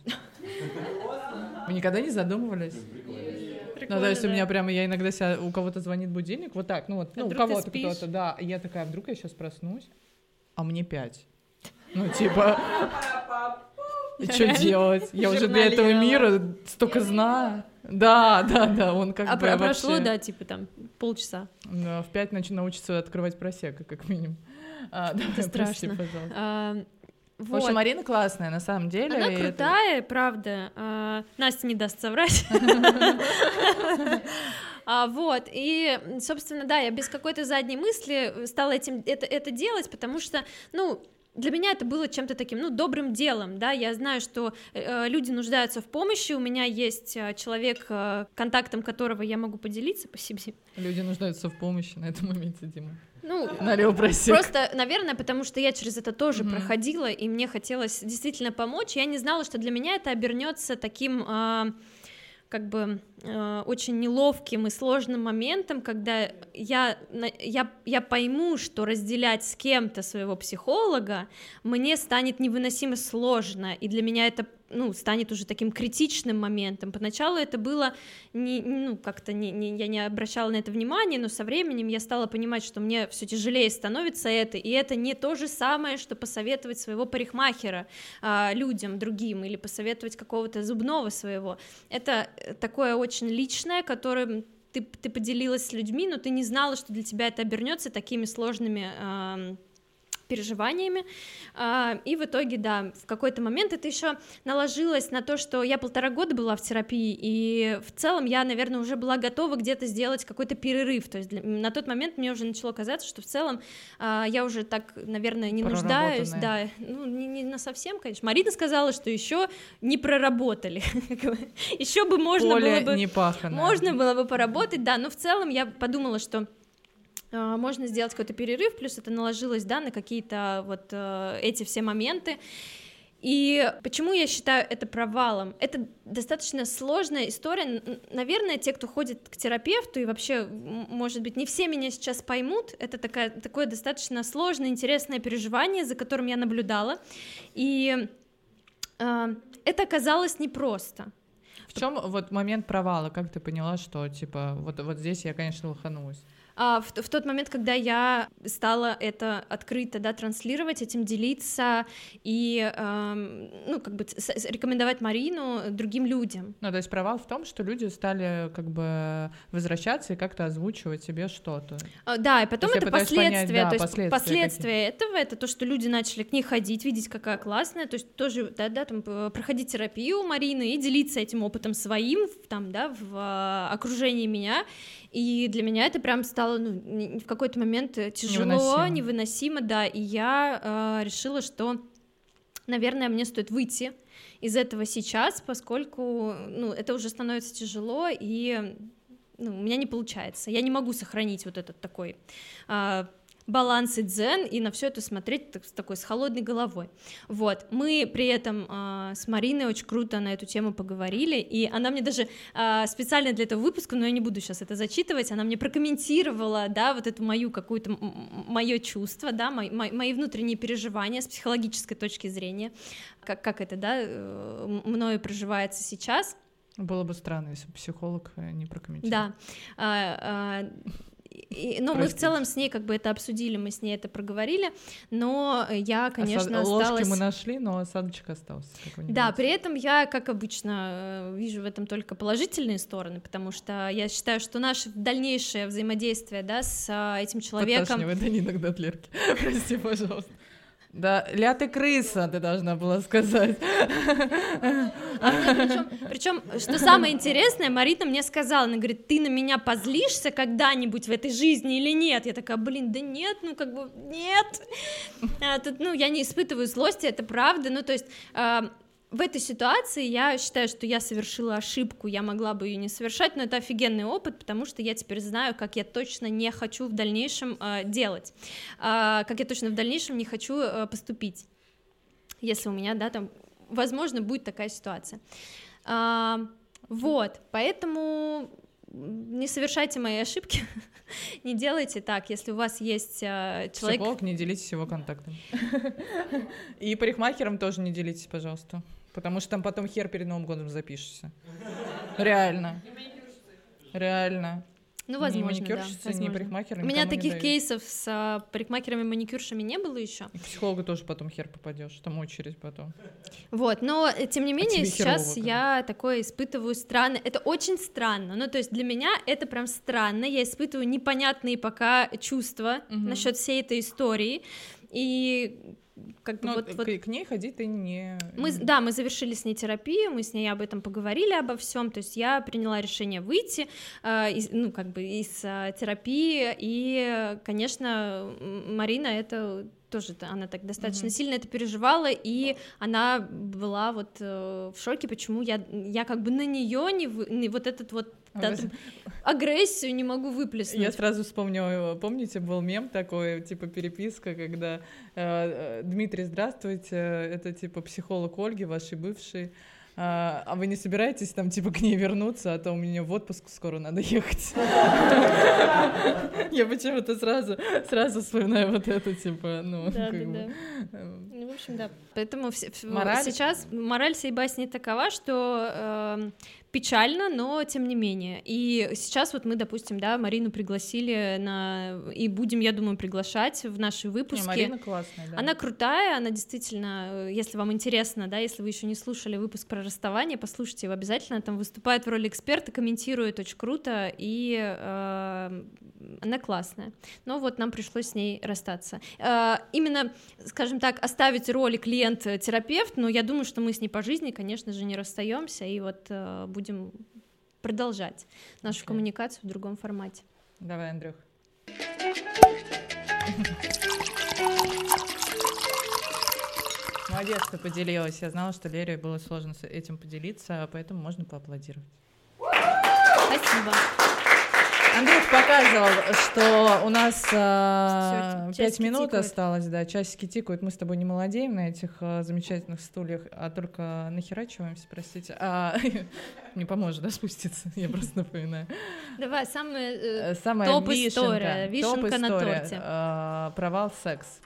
Вы никогда не задумывались? Ну, то есть у меня прямо, я иногда себя, у кого-то звонит будильник, вот так, ну вот, ну, у кого-то кто-то, да, и я такая, а вдруг я сейчас проснусь, а мне пять. Ну, типа, и что делать? Я уже для этого мира столько знаю. Да, да, да, он как а бы а вообще... прошло, да, типа там полчаса. В пять начну научиться открывать просека, как минимум. А, Это давай, страшно. прости, пожалуйста. А, В вот. общем, Марина классная, на самом деле. Она и крутая, это... правда. А, Настя не даст соврать. А, вот, и, собственно, да, я без какой-то задней мысли стала этим, это, это делать, потому что, ну, для меня это было чем-то таким, ну, добрым делом, да, я знаю, что э, люди нуждаются в помощи, у меня есть э, человек, э, контактом которого я могу поделиться, спасибо. Люди нуждаются в помощи на этом моменте, Дима. Ну, налил просек. Просто, наверное, потому что я через это тоже mm-hmm. проходила, и мне хотелось действительно помочь, я не знала, что для меня это обернется таким... Э, как бы э, очень неловким и сложным моментом, когда я, я, я пойму, что разделять с кем-то своего психолога мне станет невыносимо сложно, и для меня это, ну, станет уже таким критичным моментом. Поначалу это было, не, ну, как-то не, не, я не обращала на это внимания, но со временем я стала понимать, что мне все тяжелее становится это, и это не то же самое, что посоветовать своего парикмахера э, людям другим, или посоветовать какого-то зубного своего. Это такое очень личное, которым ты, ты поделилась с людьми, но ты не знала, что для тебя это обернется такими сложными э, переживаниями, и в итоге, да, в какой-то момент это еще наложилось на то, что я полтора года была в терапии, и в целом я, наверное, уже была готова где-то сделать какой-то перерыв, то есть для, на тот момент мне уже начало казаться, что в целом я уже так, наверное, не нуждаюсь, да, ну, не, не на совсем, конечно. Марина сказала, что еще не проработали, еще бы можно было бы... Можно было бы поработать, да, но в целом я подумала, что можно сделать какой-то перерыв, плюс это наложилось, да, на какие-то вот э, эти все моменты. И почему я считаю это провалом? Это достаточно сложная история. Наверное, те, кто ходит к терапевту, и вообще, может быть, не все меня сейчас поймут, это такая, такое достаточно сложное, интересное переживание, за которым я наблюдала, и э, это оказалось непросто. В чем вот момент провала? Как ты поняла, что, типа, вот, вот здесь я, конечно, лоханулась? В, в тот момент, когда я стала это открыто, да, транслировать, этим делиться и, эм, ну, как бы с, рекомендовать Марину другим людям. Ну, то есть провал в том, что люди стали как бы возвращаться и как-то озвучивать себе что-то. А, да, и потом это последствия, понять, да, то есть последствия, последствия этого, это то, что люди начали к ней ходить, видеть, какая классная, то есть тоже, да, да, там, проходить терапию у Марины и делиться этим опытом своим, там, да, в а, окружении меня. И для меня это прям стало, ну, в какой-то момент тяжело, невыносимо, невыносимо да, и я э, решила, что, наверное, мне стоит выйти из этого сейчас, поскольку, ну, это уже становится тяжело, и, ну, у меня не получается, я не могу сохранить вот этот такой... Э, баланс и дзен, и на все это смотреть так, с такой, с холодной головой. Вот, мы при этом э, с Мариной очень круто на эту тему поговорили, и она мне даже э, специально для этого выпуска, но я не буду сейчас это зачитывать, она мне прокомментировала, да, вот эту мою какую-то, мое чувство, да, мои, мои внутренние переживания с психологической точки зрения, как, как это, да, э, мною проживается сейчас. Было бы странно, если бы психолог не прокомментировал. Да, а, а, И, ну, мы в целом с ней как бы это обсудили, мы с ней это проговорили, но я, конечно, Осад... осталась... Ложки мы нашли, но осадочек остался. Да, при этом я, как обычно, вижу в этом только положительные стороны, потому что я считаю, что наше дальнейшее взаимодействие, да, с этим человеком... Подташнивает они иногда от Лерки. Прости, пожалуйста. Да, ля ты крыса, ты должна была сказать. Причем, что самое интересное, Марина мне сказала, она говорит, ты на меня позлишься когда-нибудь в этой жизни или нет? Я такая, блин, да нет, ну как бы нет. А, тут, ну, я не испытываю злости, это правда, ну то есть... А, в этой ситуации я считаю, что я совершила ошибку, я могла бы ее не совершать, но это офигенный опыт, потому что я теперь знаю, как я точно не хочу в дальнейшем э, делать, э, как я точно в дальнейшем не хочу э, поступить, если у меня, да, там, возможно, будет такая ситуация. Э, вот, поэтому не совершайте мои ошибки, не делайте так, если у вас есть э, человек... Психолог, не делитесь его контактами. И парикмахером тоже не делитесь, пожалуйста, потому что там потом хер перед Новым годом запишешься. Реально. Реально. Ну, возможно, ни маникюрщицы, да, возможно. Ни парикмахер, у меня таких кейсов с а, парикмахерами и маникюршами не было еще. И к психологу тоже потом хер попадешь, там очередь потом. Вот, но тем не менее а сейчас херово, я такое испытываю странно, это очень странно, ну то есть для меня это прям странно, я испытываю непонятные пока чувства угу. насчет всей этой истории, и как бы ну, вот, к, вот... к ней ходить ты не... Мы, да, мы завершили с ней терапию, мы с ней об этом поговорили, обо всем, то есть я приняла решение выйти, э, из, ну, как бы из э, терапии, и, конечно, Марина это... тоже она так достаточно mm-hmm. сильно это переживала, и она была вот э, в шоке, почему я, я как бы на нее не, вы, не вот этот вот да, там, агрессию не могу выплеснуть. Я сразу вспомнила, помните, был мем такой, типа переписка, когда э, Дмитрий, здравствуйте, это типа психолог Ольги, вашей бывшей, а, а вы не собираетесь там типа к ней вернуться, а то у меня в отпуск скоро надо ехать. Я почему-то сразу сразу вспоминаю вот это, типа, ну, да, как да, бы... да. Ну, в общем, да. Поэтому мораль... сейчас мораль всей басни такова, что э, печально, но тем не менее. И сейчас вот мы, допустим, да, Марину пригласили на... и будем, я думаю, приглашать в наши выпуски. Не, Марина классная, да. Она крутая, она действительно, если вам интересно, да, если вы еще не слушали выпуск про расставание, послушайте его обязательно, там выступает в роли эксперта, комментирует очень круто, и э, она классная. Но вот нам пришлось с ней расстаться. Э, именно, скажем так, оставить роли клиент-терапевт, но я думаю, что мы с ней по жизни, конечно же, не расстаемся, и вот э, будем продолжать нашу okay. коммуникацию в другом формате. Давай, Андрюх. Молодец, ты поделилась. Я знала, что Лере было сложно с этим поделиться, поэтому можно поаплодировать. Спасибо. Андрюх показывал, что у нас э, пять минут тикают. Осталось, да, часики тикают. Мы с тобой не молодеем на этих э, замечательных стульях, а только нахерачиваемся, простите. А, не поможет, да, спуститься? Я просто напоминаю. Давай, самая, э, самая топ-история, вишенка, вишенка на история, торте. Э, провал секс.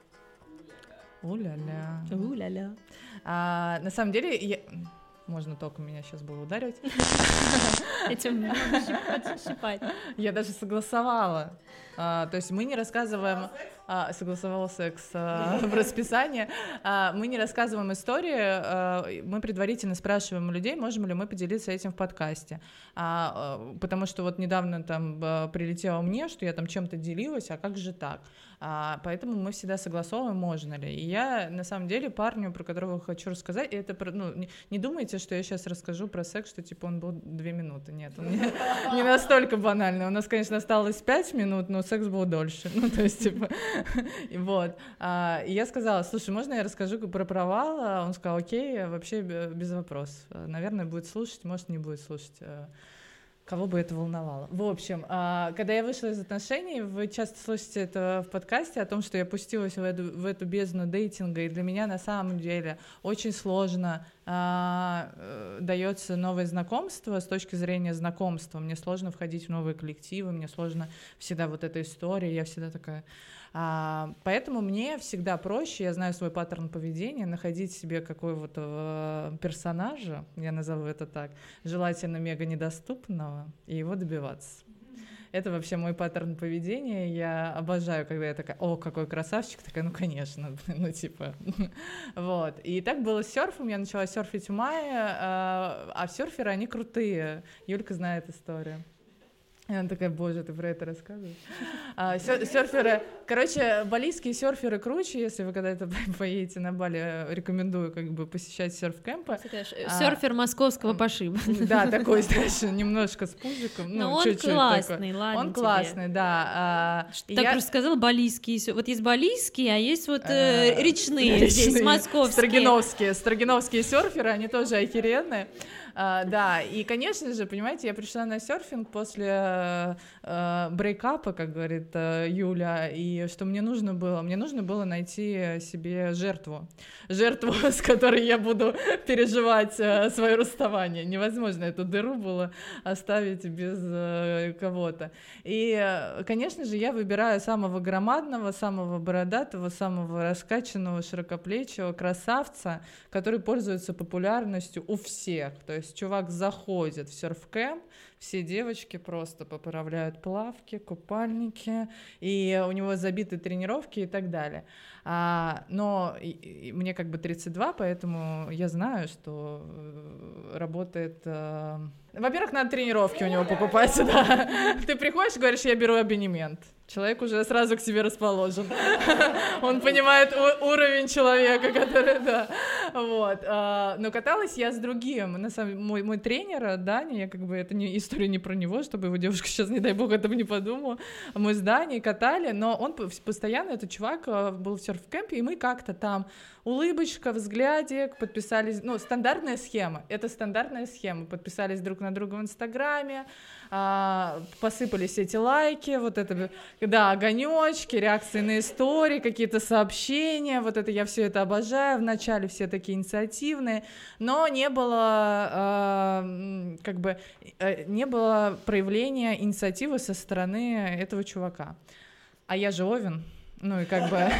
У-ля-ля. У-ля-ля. А, на самом деле... Я... Можно только меня сейчас было ударить. Этим надо щипать. Я даже согласовала. А, то есть мы не рассказываем... А, согласовала секс а, в расписании. А, мы не рассказываем истории, а, мы предварительно спрашиваем у людей, можем ли мы поделиться этим в подкасте. А, а, потому что вот недавно там а, прилетело мне, что я там чем-то делилась, а как же так? А, поэтому мы всегда согласовываем, можно ли. И я, на самом деле, парню, про которого хочу рассказать, это, ну, не, не думайте, что я сейчас расскажу про секс, что, типа, он был две минуты. Нет, он не, не настолько банальный. У нас, конечно, осталось пять минут, но секс был дольше. Ну, то есть, типа... И вот. А, и я сказала, слушай, можно я расскажу про провал? Он сказал, окей, вообще без вопросов. Наверное, будет слушать, может, не будет слушать. Кого бы это волновало? В общем, а, когда я вышла из отношений, вы часто слышите это в подкасте о том, что я пустилась в эту, в эту бездну дейтинга, и для меня на самом деле очень сложно а, э, дается новое знакомство с точки зрения знакомства. Мне сложно входить в новые коллективы, мне сложно всегда вот эта история, я всегда такая... А, поэтому мне всегда проще, я знаю свой паттерн поведения, находить себе какого-то персонажа, я назову это так, желательно мега недоступного, и его добиваться. Это вообще мой паттерн поведения, я обожаю, когда я такая, о, какой красавчик, такая, ну, конечно, ну, типа, вот. И так было с серфом, я начала серфить в мае, а, а серферы, они крутые, Юлька знает историю. И она такая, боже, ты про это рассказываешь? А, серферы, короче, балийские серферы круче, если вы когда-то поедете на Бали, рекомендую как бы посещать серф-кэмпы. Серфер а, московского пошиба. Да, такой, знаешь, немножко с пузиком. Но ну, он чуть-чуть классный, такой. Ладно Он тебе. классный, да. А, так я... просто сказала балийские. Вот есть балийские, а есть вот э, а, речные, речные, здесь московские. Строгиновские, строгиновские серферы, они тоже охеренные. Uh, да, и, конечно же, понимаете, я пришла на серфинг после uh, брейкапа, как говорит uh, Юля, и что мне нужно было? Мне нужно было найти себе жертву, жертву, с которой я буду переживать uh, свое расставание. Невозможно эту дыру было оставить без uh, кого-то. И, uh, конечно же, я выбираю самого громадного, самого бородатого, самого раскачанного, широкоплечего красавца, который пользуется популярностью у всех. То есть чувак заходит в серф-кэмп, все девочки просто поправляют плавки, купальники, и у него забиты тренировки и так далее. А, но и, и мне как бы тридцать два, поэтому я знаю, что работает... А... Во-первых, надо тренировки у него покупать, да. Ты приходишь и говоришь, я беру абонемент. Человек уже сразу к себе расположен. Он понимает уровень человека, который, да. Вот. Но каталась я с другим. На самом мой, мой тренер, Даня, я как бы, это не история не про него, чтобы его девушка сейчас, не дай бог, этого не подумала. Мы с Даней катали, но он постоянно, этот чувак был в серф-кэмпе, и мы как-то там улыбочка, взглядик, подписались, ну, стандартная схема, это стандартная схема, подписались друг на друга в Инстаграме, а, посыпались эти лайки, вот это, да, огонечки, реакции на истории, какие-то сообщения, вот это я все это обожаю, вначале все такие инициативные, но не было, а, как бы, не было проявления инициативы со стороны этого чувака, а я же Овен, ну и как бы...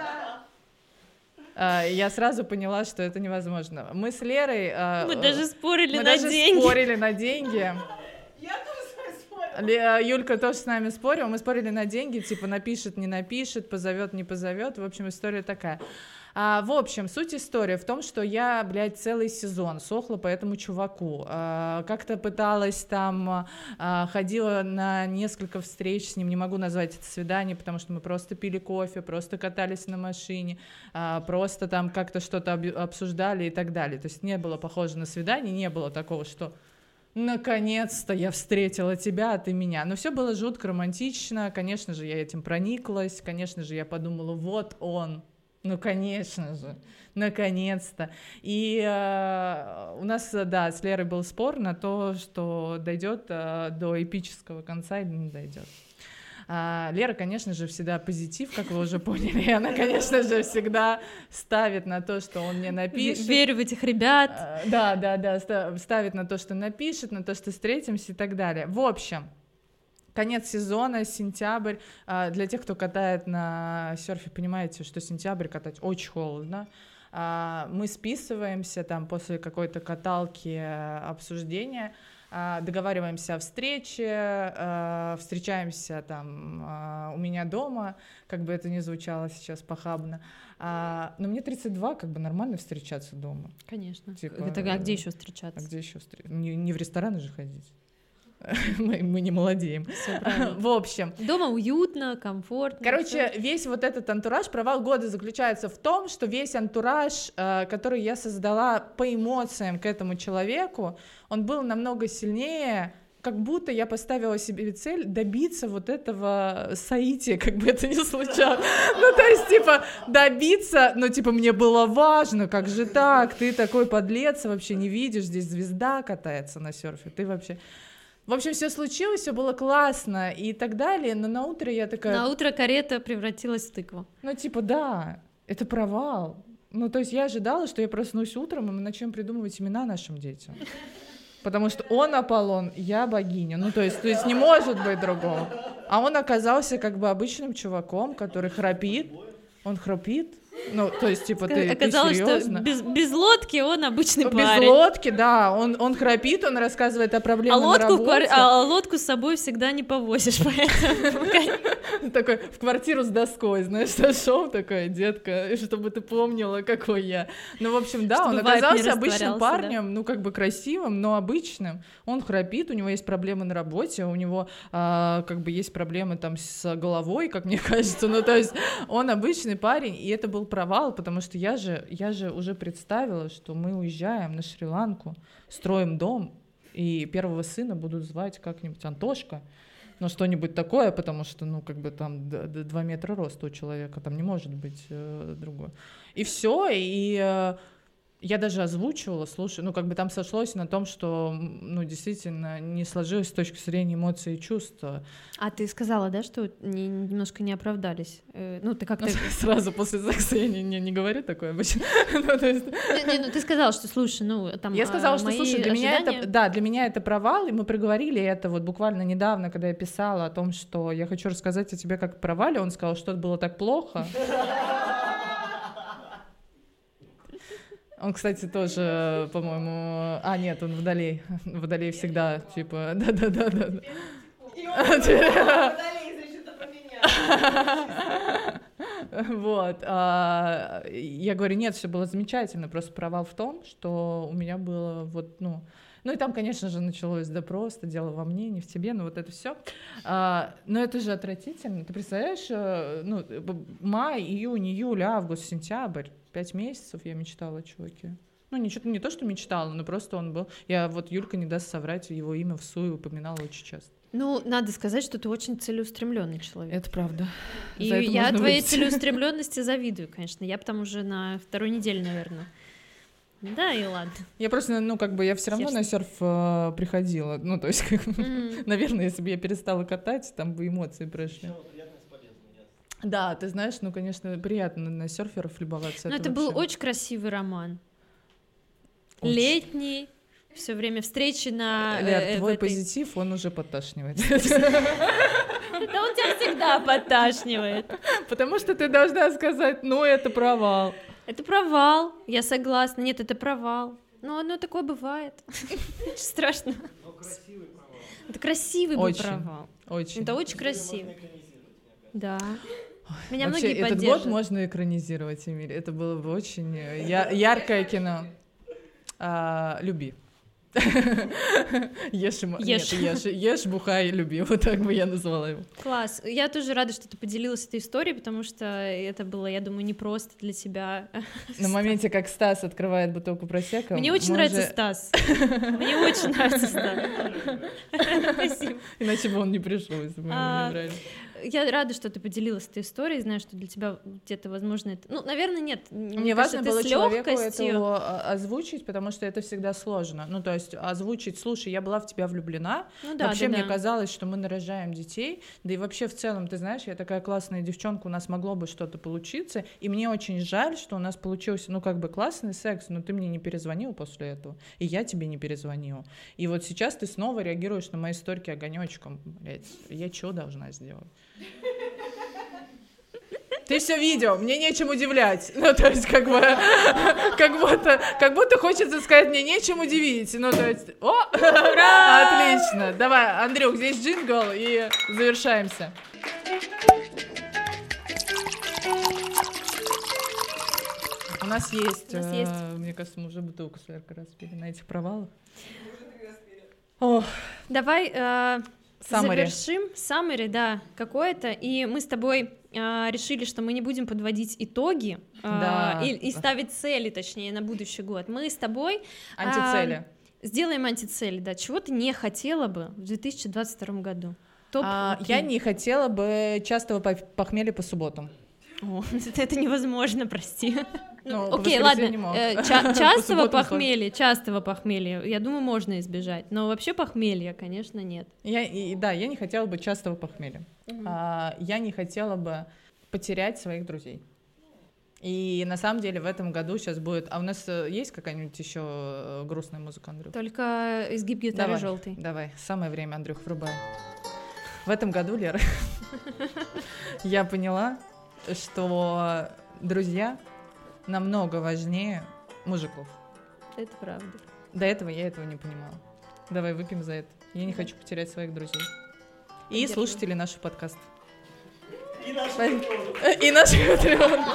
Я сразу поняла, что это невозможно. Мы с Лерой... Мы даже спорили мы на даже деньги. спорили на деньги. Я тоже с вами спорила. Юлька тоже с нами спорила. Мы спорили на деньги, типа напишет, не напишет, позовет, не позовет. В общем, история такая. А, в общем, суть истории в том, что я, блядь, целый сезон сохла по этому чуваку. А, как-то пыталась там, а, ходила на несколько встреч с ним, не могу назвать это свидание, потому что мы просто пили кофе, просто катались на машине, а, просто там как-то что-то об- обсуждали и так далее. То есть не было похоже на свидание, не было такого, что наконец-то я встретила тебя, а ты меня. Но все было жутко романтично, конечно же, я этим прониклась, конечно же, я подумала, вот он. Ну, конечно же, наконец-то. И э, у нас, да, с Лерой был спор на то, что дойдет э, до эпического конца или не дойдет. А, Лера, конечно же, всегда позитив, как вы уже поняли, и она, конечно же, всегда ставит на то, что он мне напишет. Верю в этих ребят. А, да, да, да, ставит на то, что напишет, на то, что встретимся и так далее. В общем... Конец сезона, сентябрь. Для тех, кто катает на серфе, понимаете, что сентябрь катать очень холодно. Мы списываемся там после какой-то каталки, обсуждения, договариваемся о встрече, встречаемся там у меня дома, как бы это ни звучало сейчас похабно. Но мне тридцать два, как бы нормально встречаться дома. Конечно. Типа, это, а где еще встречаться? А где еще встречаться? Не, не в рестораны же ходить. Мы, мы не молодеем. В общем. Дома уютно, комфортно. Короче, все. Весь вот этот антураж, провал года заключается в том, что весь антураж, который я создала по эмоциям к этому человеку, он был намного сильнее, как будто я поставила себе цель добиться вот этого соития, как бы это ни случалось. Ну, то есть, типа, добиться, ну, типа, мне было важно, как же так, ты такой подлец, вообще не видишь, здесь звезда катается на серфе, ты вообще... В общем, все случилось, все было классно и так далее, но на утро я такая... На утро карета превратилась в тыкву. Ну, типа, да, это провал. Ну, то есть я ожидала, что я проснусь утром, и мы начнем придумывать имена нашим детям. Потому что он Аполлон, я богиня. Ну, то есть, то есть не может быть другого. А он оказался как бы обычным чуваком, который храпит. Он храпит. Ну, то есть, типа, ты, Оказалось, ты что без, без лодки он обычный без парень. Без лодки, да. Он, он храпит, он рассказывает о проблемах а лодку на работе. В, а лодку с собой всегда не повозишь, поэтому... Такой в квартиру с доской, знаешь, зашел такой, детка, чтобы ты помнила, какой я. Ну, в общем, да, он оказался обычным парнем, ну, как бы красивым, но обычным. Он храпит, у него есть проблемы на работе, у него как бы есть проблемы там с головой, как мне кажется. Ну, то есть он обычный парень, и это был провал, потому что я же, я же уже представила, что мы уезжаем на Шри-Ланку, строим дом, и первого сына будут звать как-нибудь Антошка, ну, что-нибудь такое, потому что, ну, как бы там два метра роста у человека, там не может быть э, другое. И все, и э, я даже озвучивала, слушай, ну, как бы там сошлось на том, что, ну, действительно не сложилось с точки зрения эмоций и чувств. А ты сказала, да, что не, немножко не оправдались? Э, ну, ты как-то... Сразу после секса я не, не, не говорю такое обычно. ну, то есть... не, не, ну, ты сказала, что, слушай, ну, там... Я сказала, что, слушай, для ожидания... меня это... Да, для меня это провал, и мы проговорили это вот буквально недавно, когда я писала о том, что я хочу рассказать о тебе как о провале, он сказал, что это было так плохо. Он, кстати, тоже, по-моему... А, нет, он Водолей. Водолей всегда, типа... Да-да-да-да. И он Водолей, значит, это поменял. Вот. Я говорю, нет, все было замечательно, просто провал в том, что у меня было вот, ну... Ну и там, конечно же, началось, да просто, дело во мне, не в тебе, ну вот это все. А, но это же отвратительно. Ты представляешь, ну, май, июнь, июль, август, сентябрь, пять месяцев я мечтала о чуваке. Ну, ничего, не то, что мечтала, но просто он был... Я вот, Юлька не даст соврать, его имя в суе упоминала очень часто. Ну, надо сказать, что ты очень целеустремленный человек. Это правда. И я твоей целеустремленности завидую, конечно. Я там уже на второй неделе, наверное. Да, и ладно. Я просто, ну, как бы, я все равно на серф э, приходила. Ну, то есть, как, mm-hmm. наверное, если бы я перестала катать, там бы эмоции прошли. Да, ты знаешь, ну, конечно, приятно на серферов любоваться. Но это, это был очень красивый роман. Очень. Летний, все время встречи на... Лер, э, твой этой... позитив, он уже подташнивает. Да он тебя всегда подташнивает. Потому что ты должна сказать, ну, это провал. Это провал, я согласна. Нет, это провал. Но оно такое бывает. Ничего страшного. Но красивый провал. Это красивый был провал. Очень. Это очень красиво. Да. Меня вообще, многие этот поддержат. год можно экранизировать, Эмиль. Это было бы очень я- яркое кино. А, люби. Ешь, ешь. Нет, ешь, ешь, бухай, люби. Вот так бы я назвала его. Класс. Я тоже рада, что ты поделилась этой историей, потому что это было, я думаю, непросто для тебя. На моменте, как Стас открывает бутылку просекко. Мне очень нравится Стас. Мне очень нравится Стас. Спасибо. Иначе бы он не пришел, если бы ему не нравилось. Я рада, что ты поделилась этой историей, знаю, что для тебя где-то, возможно, это... Ну, наверное, нет. Мне, Мне важно кажется, было с человеку легкостью... это озвучить, потому что это всегда сложно. Ну, то есть озвучить, слушай, я была в тебя влюблена, ну, да, вообще да, мне да. казалось, что мы нарожаем детей, да и вообще в целом, ты знаешь, я такая классная девчонка, у нас могло бы что-то получиться, и мне очень жаль, что у нас получился, ну, как бы классный секс, но ты мне не перезвонил после этого, и я тебе не перезвонила. И вот сейчас ты снова реагируешь на мои сторики огонечком, блядь, я что должна сделать? Ты все видел, мне нечем удивлять. Ну, то есть, как бы, как будто, как будто хочется сказать, мне нечем удивить. Ну, то есть, о, ура! Отлично. Давай, Андрюх, здесь джингл, и завершаемся. У нас есть, У нас э, есть. мне кажется, мы уже бутылку с Леркой распили на этих провалах. О. Давай э, Summary. завершим. Саммари, да, какое-то. И мы с тобой э, решили, что мы не будем подводить итоги э, Да. и, и ставить цели, точнее, на будущий год. Мы с тобой... Антицели. Э, сделаем антицели, да. Чего ты не хотела бы в две тысячи двадцать втором году? Топ А, я не хотела бы частого пох- похмелья по субботам. О, это невозможно, прости. Ну, Ну, по окей, ладно. воскресеньям мог. э, ча- По частого субботам похмелья, частого похмелья, я думаю, можно избежать. Но вообще похмелья, конечно, нет. Я, и, да, я не хотела бы частого похмелья. А, я не хотела бы потерять своих друзей. И на самом деле в этом году сейчас будет... А у нас э, есть какая-нибудь еще грустная музыка, Андрюх? Только изгиб гитары Давай, желтый. Давай, самое время, Андрюх, врубай. В этом году, Лера, я поняла, что друзья намного важнее мужиков. Это правда. До этого я этого не понимала. Давай выпьем за это. Я не хочу потерять своих друзей. И Поддерживаю. слушатели нашего подкаста. И наш И наших патреонов.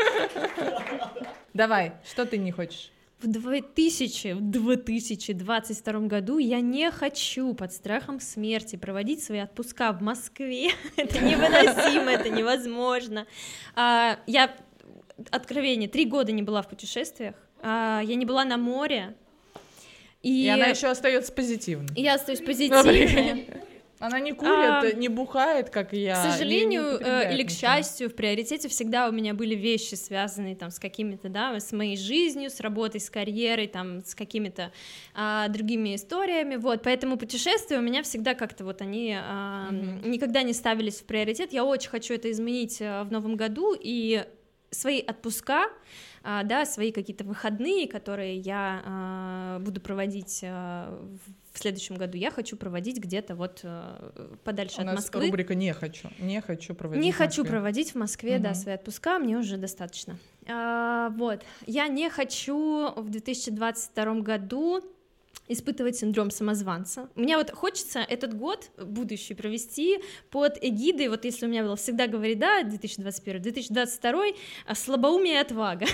Давай, что ты не хочешь? В две тысячи, в две тысячи двадцать втором году я не хочу под страхом смерти проводить свои отпуска в Москве. Это невыносимо, это невозможно. А, я, откровение, три года не была в путешествиях, а, я не была на море. И, И она еще остается позитивной. и я остаюсь Ну, позитивной. блин. Она не курит, А, не бухает, как и я. К сожалению, и не э, употребляет или к ничего. счастью, в приоритете всегда у меня были вещи, связанные там с какими-то, да, с моей жизнью, с работой, с карьерой, там, с какими-то а, другими историями, вот, поэтому путешествия у меня всегда как-то вот они а, Мгм. никогда не ставились в приоритет. Я очень хочу это изменить а, в новом году, и свои отпуска, а, да, свои какие-то выходные, которые я а, буду проводить а, в в следующем году, я хочу проводить где-то вот а, подальше У от нас Москвы. рубрика «Не хочу». Не хочу проводить Не в хочу Москве. проводить в Москве, да, Мгм. свои отпуска, мне уже достаточно. А, вот, я не хочу в две тысячи двадцать втором году испытывать синдром самозванца. Мне вот хочется этот год будущий провести под эгидой, вот если у меня было всегда говорить, да, две тысячи двадцать первый, две тысячи двадцать второй, а, слабоумие и отвага.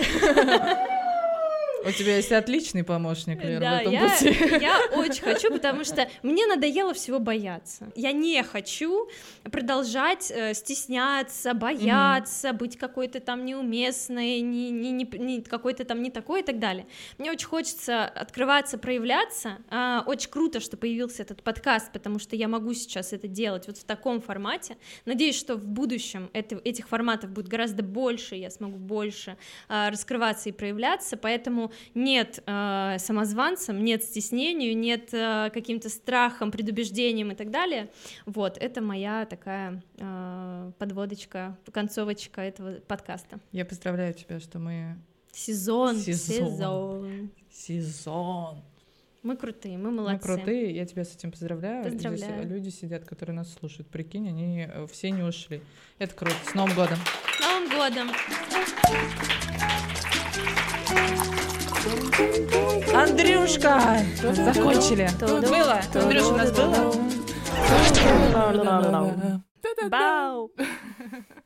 У тебя есть отличный помощник, Лера, Да, в этом я, пути. я очень хочу, потому что мне надоело всего бояться. Я не хочу продолжать э, стесняться, бояться, быть какой-то там неуместной, не, не, не, не- какой-то там не такой и так далее. Мне очень хочется открываться, проявляться. А, очень круто, что появился этот подкаст, потому что я могу сейчас это делать вот в таком формате. Надеюсь, что в будущем это, этих форматов будет гораздо больше, я смогу больше а, раскрываться и проявляться, поэтому нет э, самозванцам, нет стеснению, нет э, каким-то страхом, предубеждением и так далее. Вот, это моя такая э, подводочка, концовочка этого подкаста. Я поздравляю тебя, что мы... Сезон, Сезон. сезон. Сезон. Мы крутые, мы Мы молодцы. крутые, я тебя с этим поздравляю. Поздравляю. Здесь люди сидят, которые нас слушают. Прикинь, они э, все не ушли. Это круто. С Новым годом. С Новым годом! Андрюшка! Закончили. Было? Андрюш, у нас было? Бау!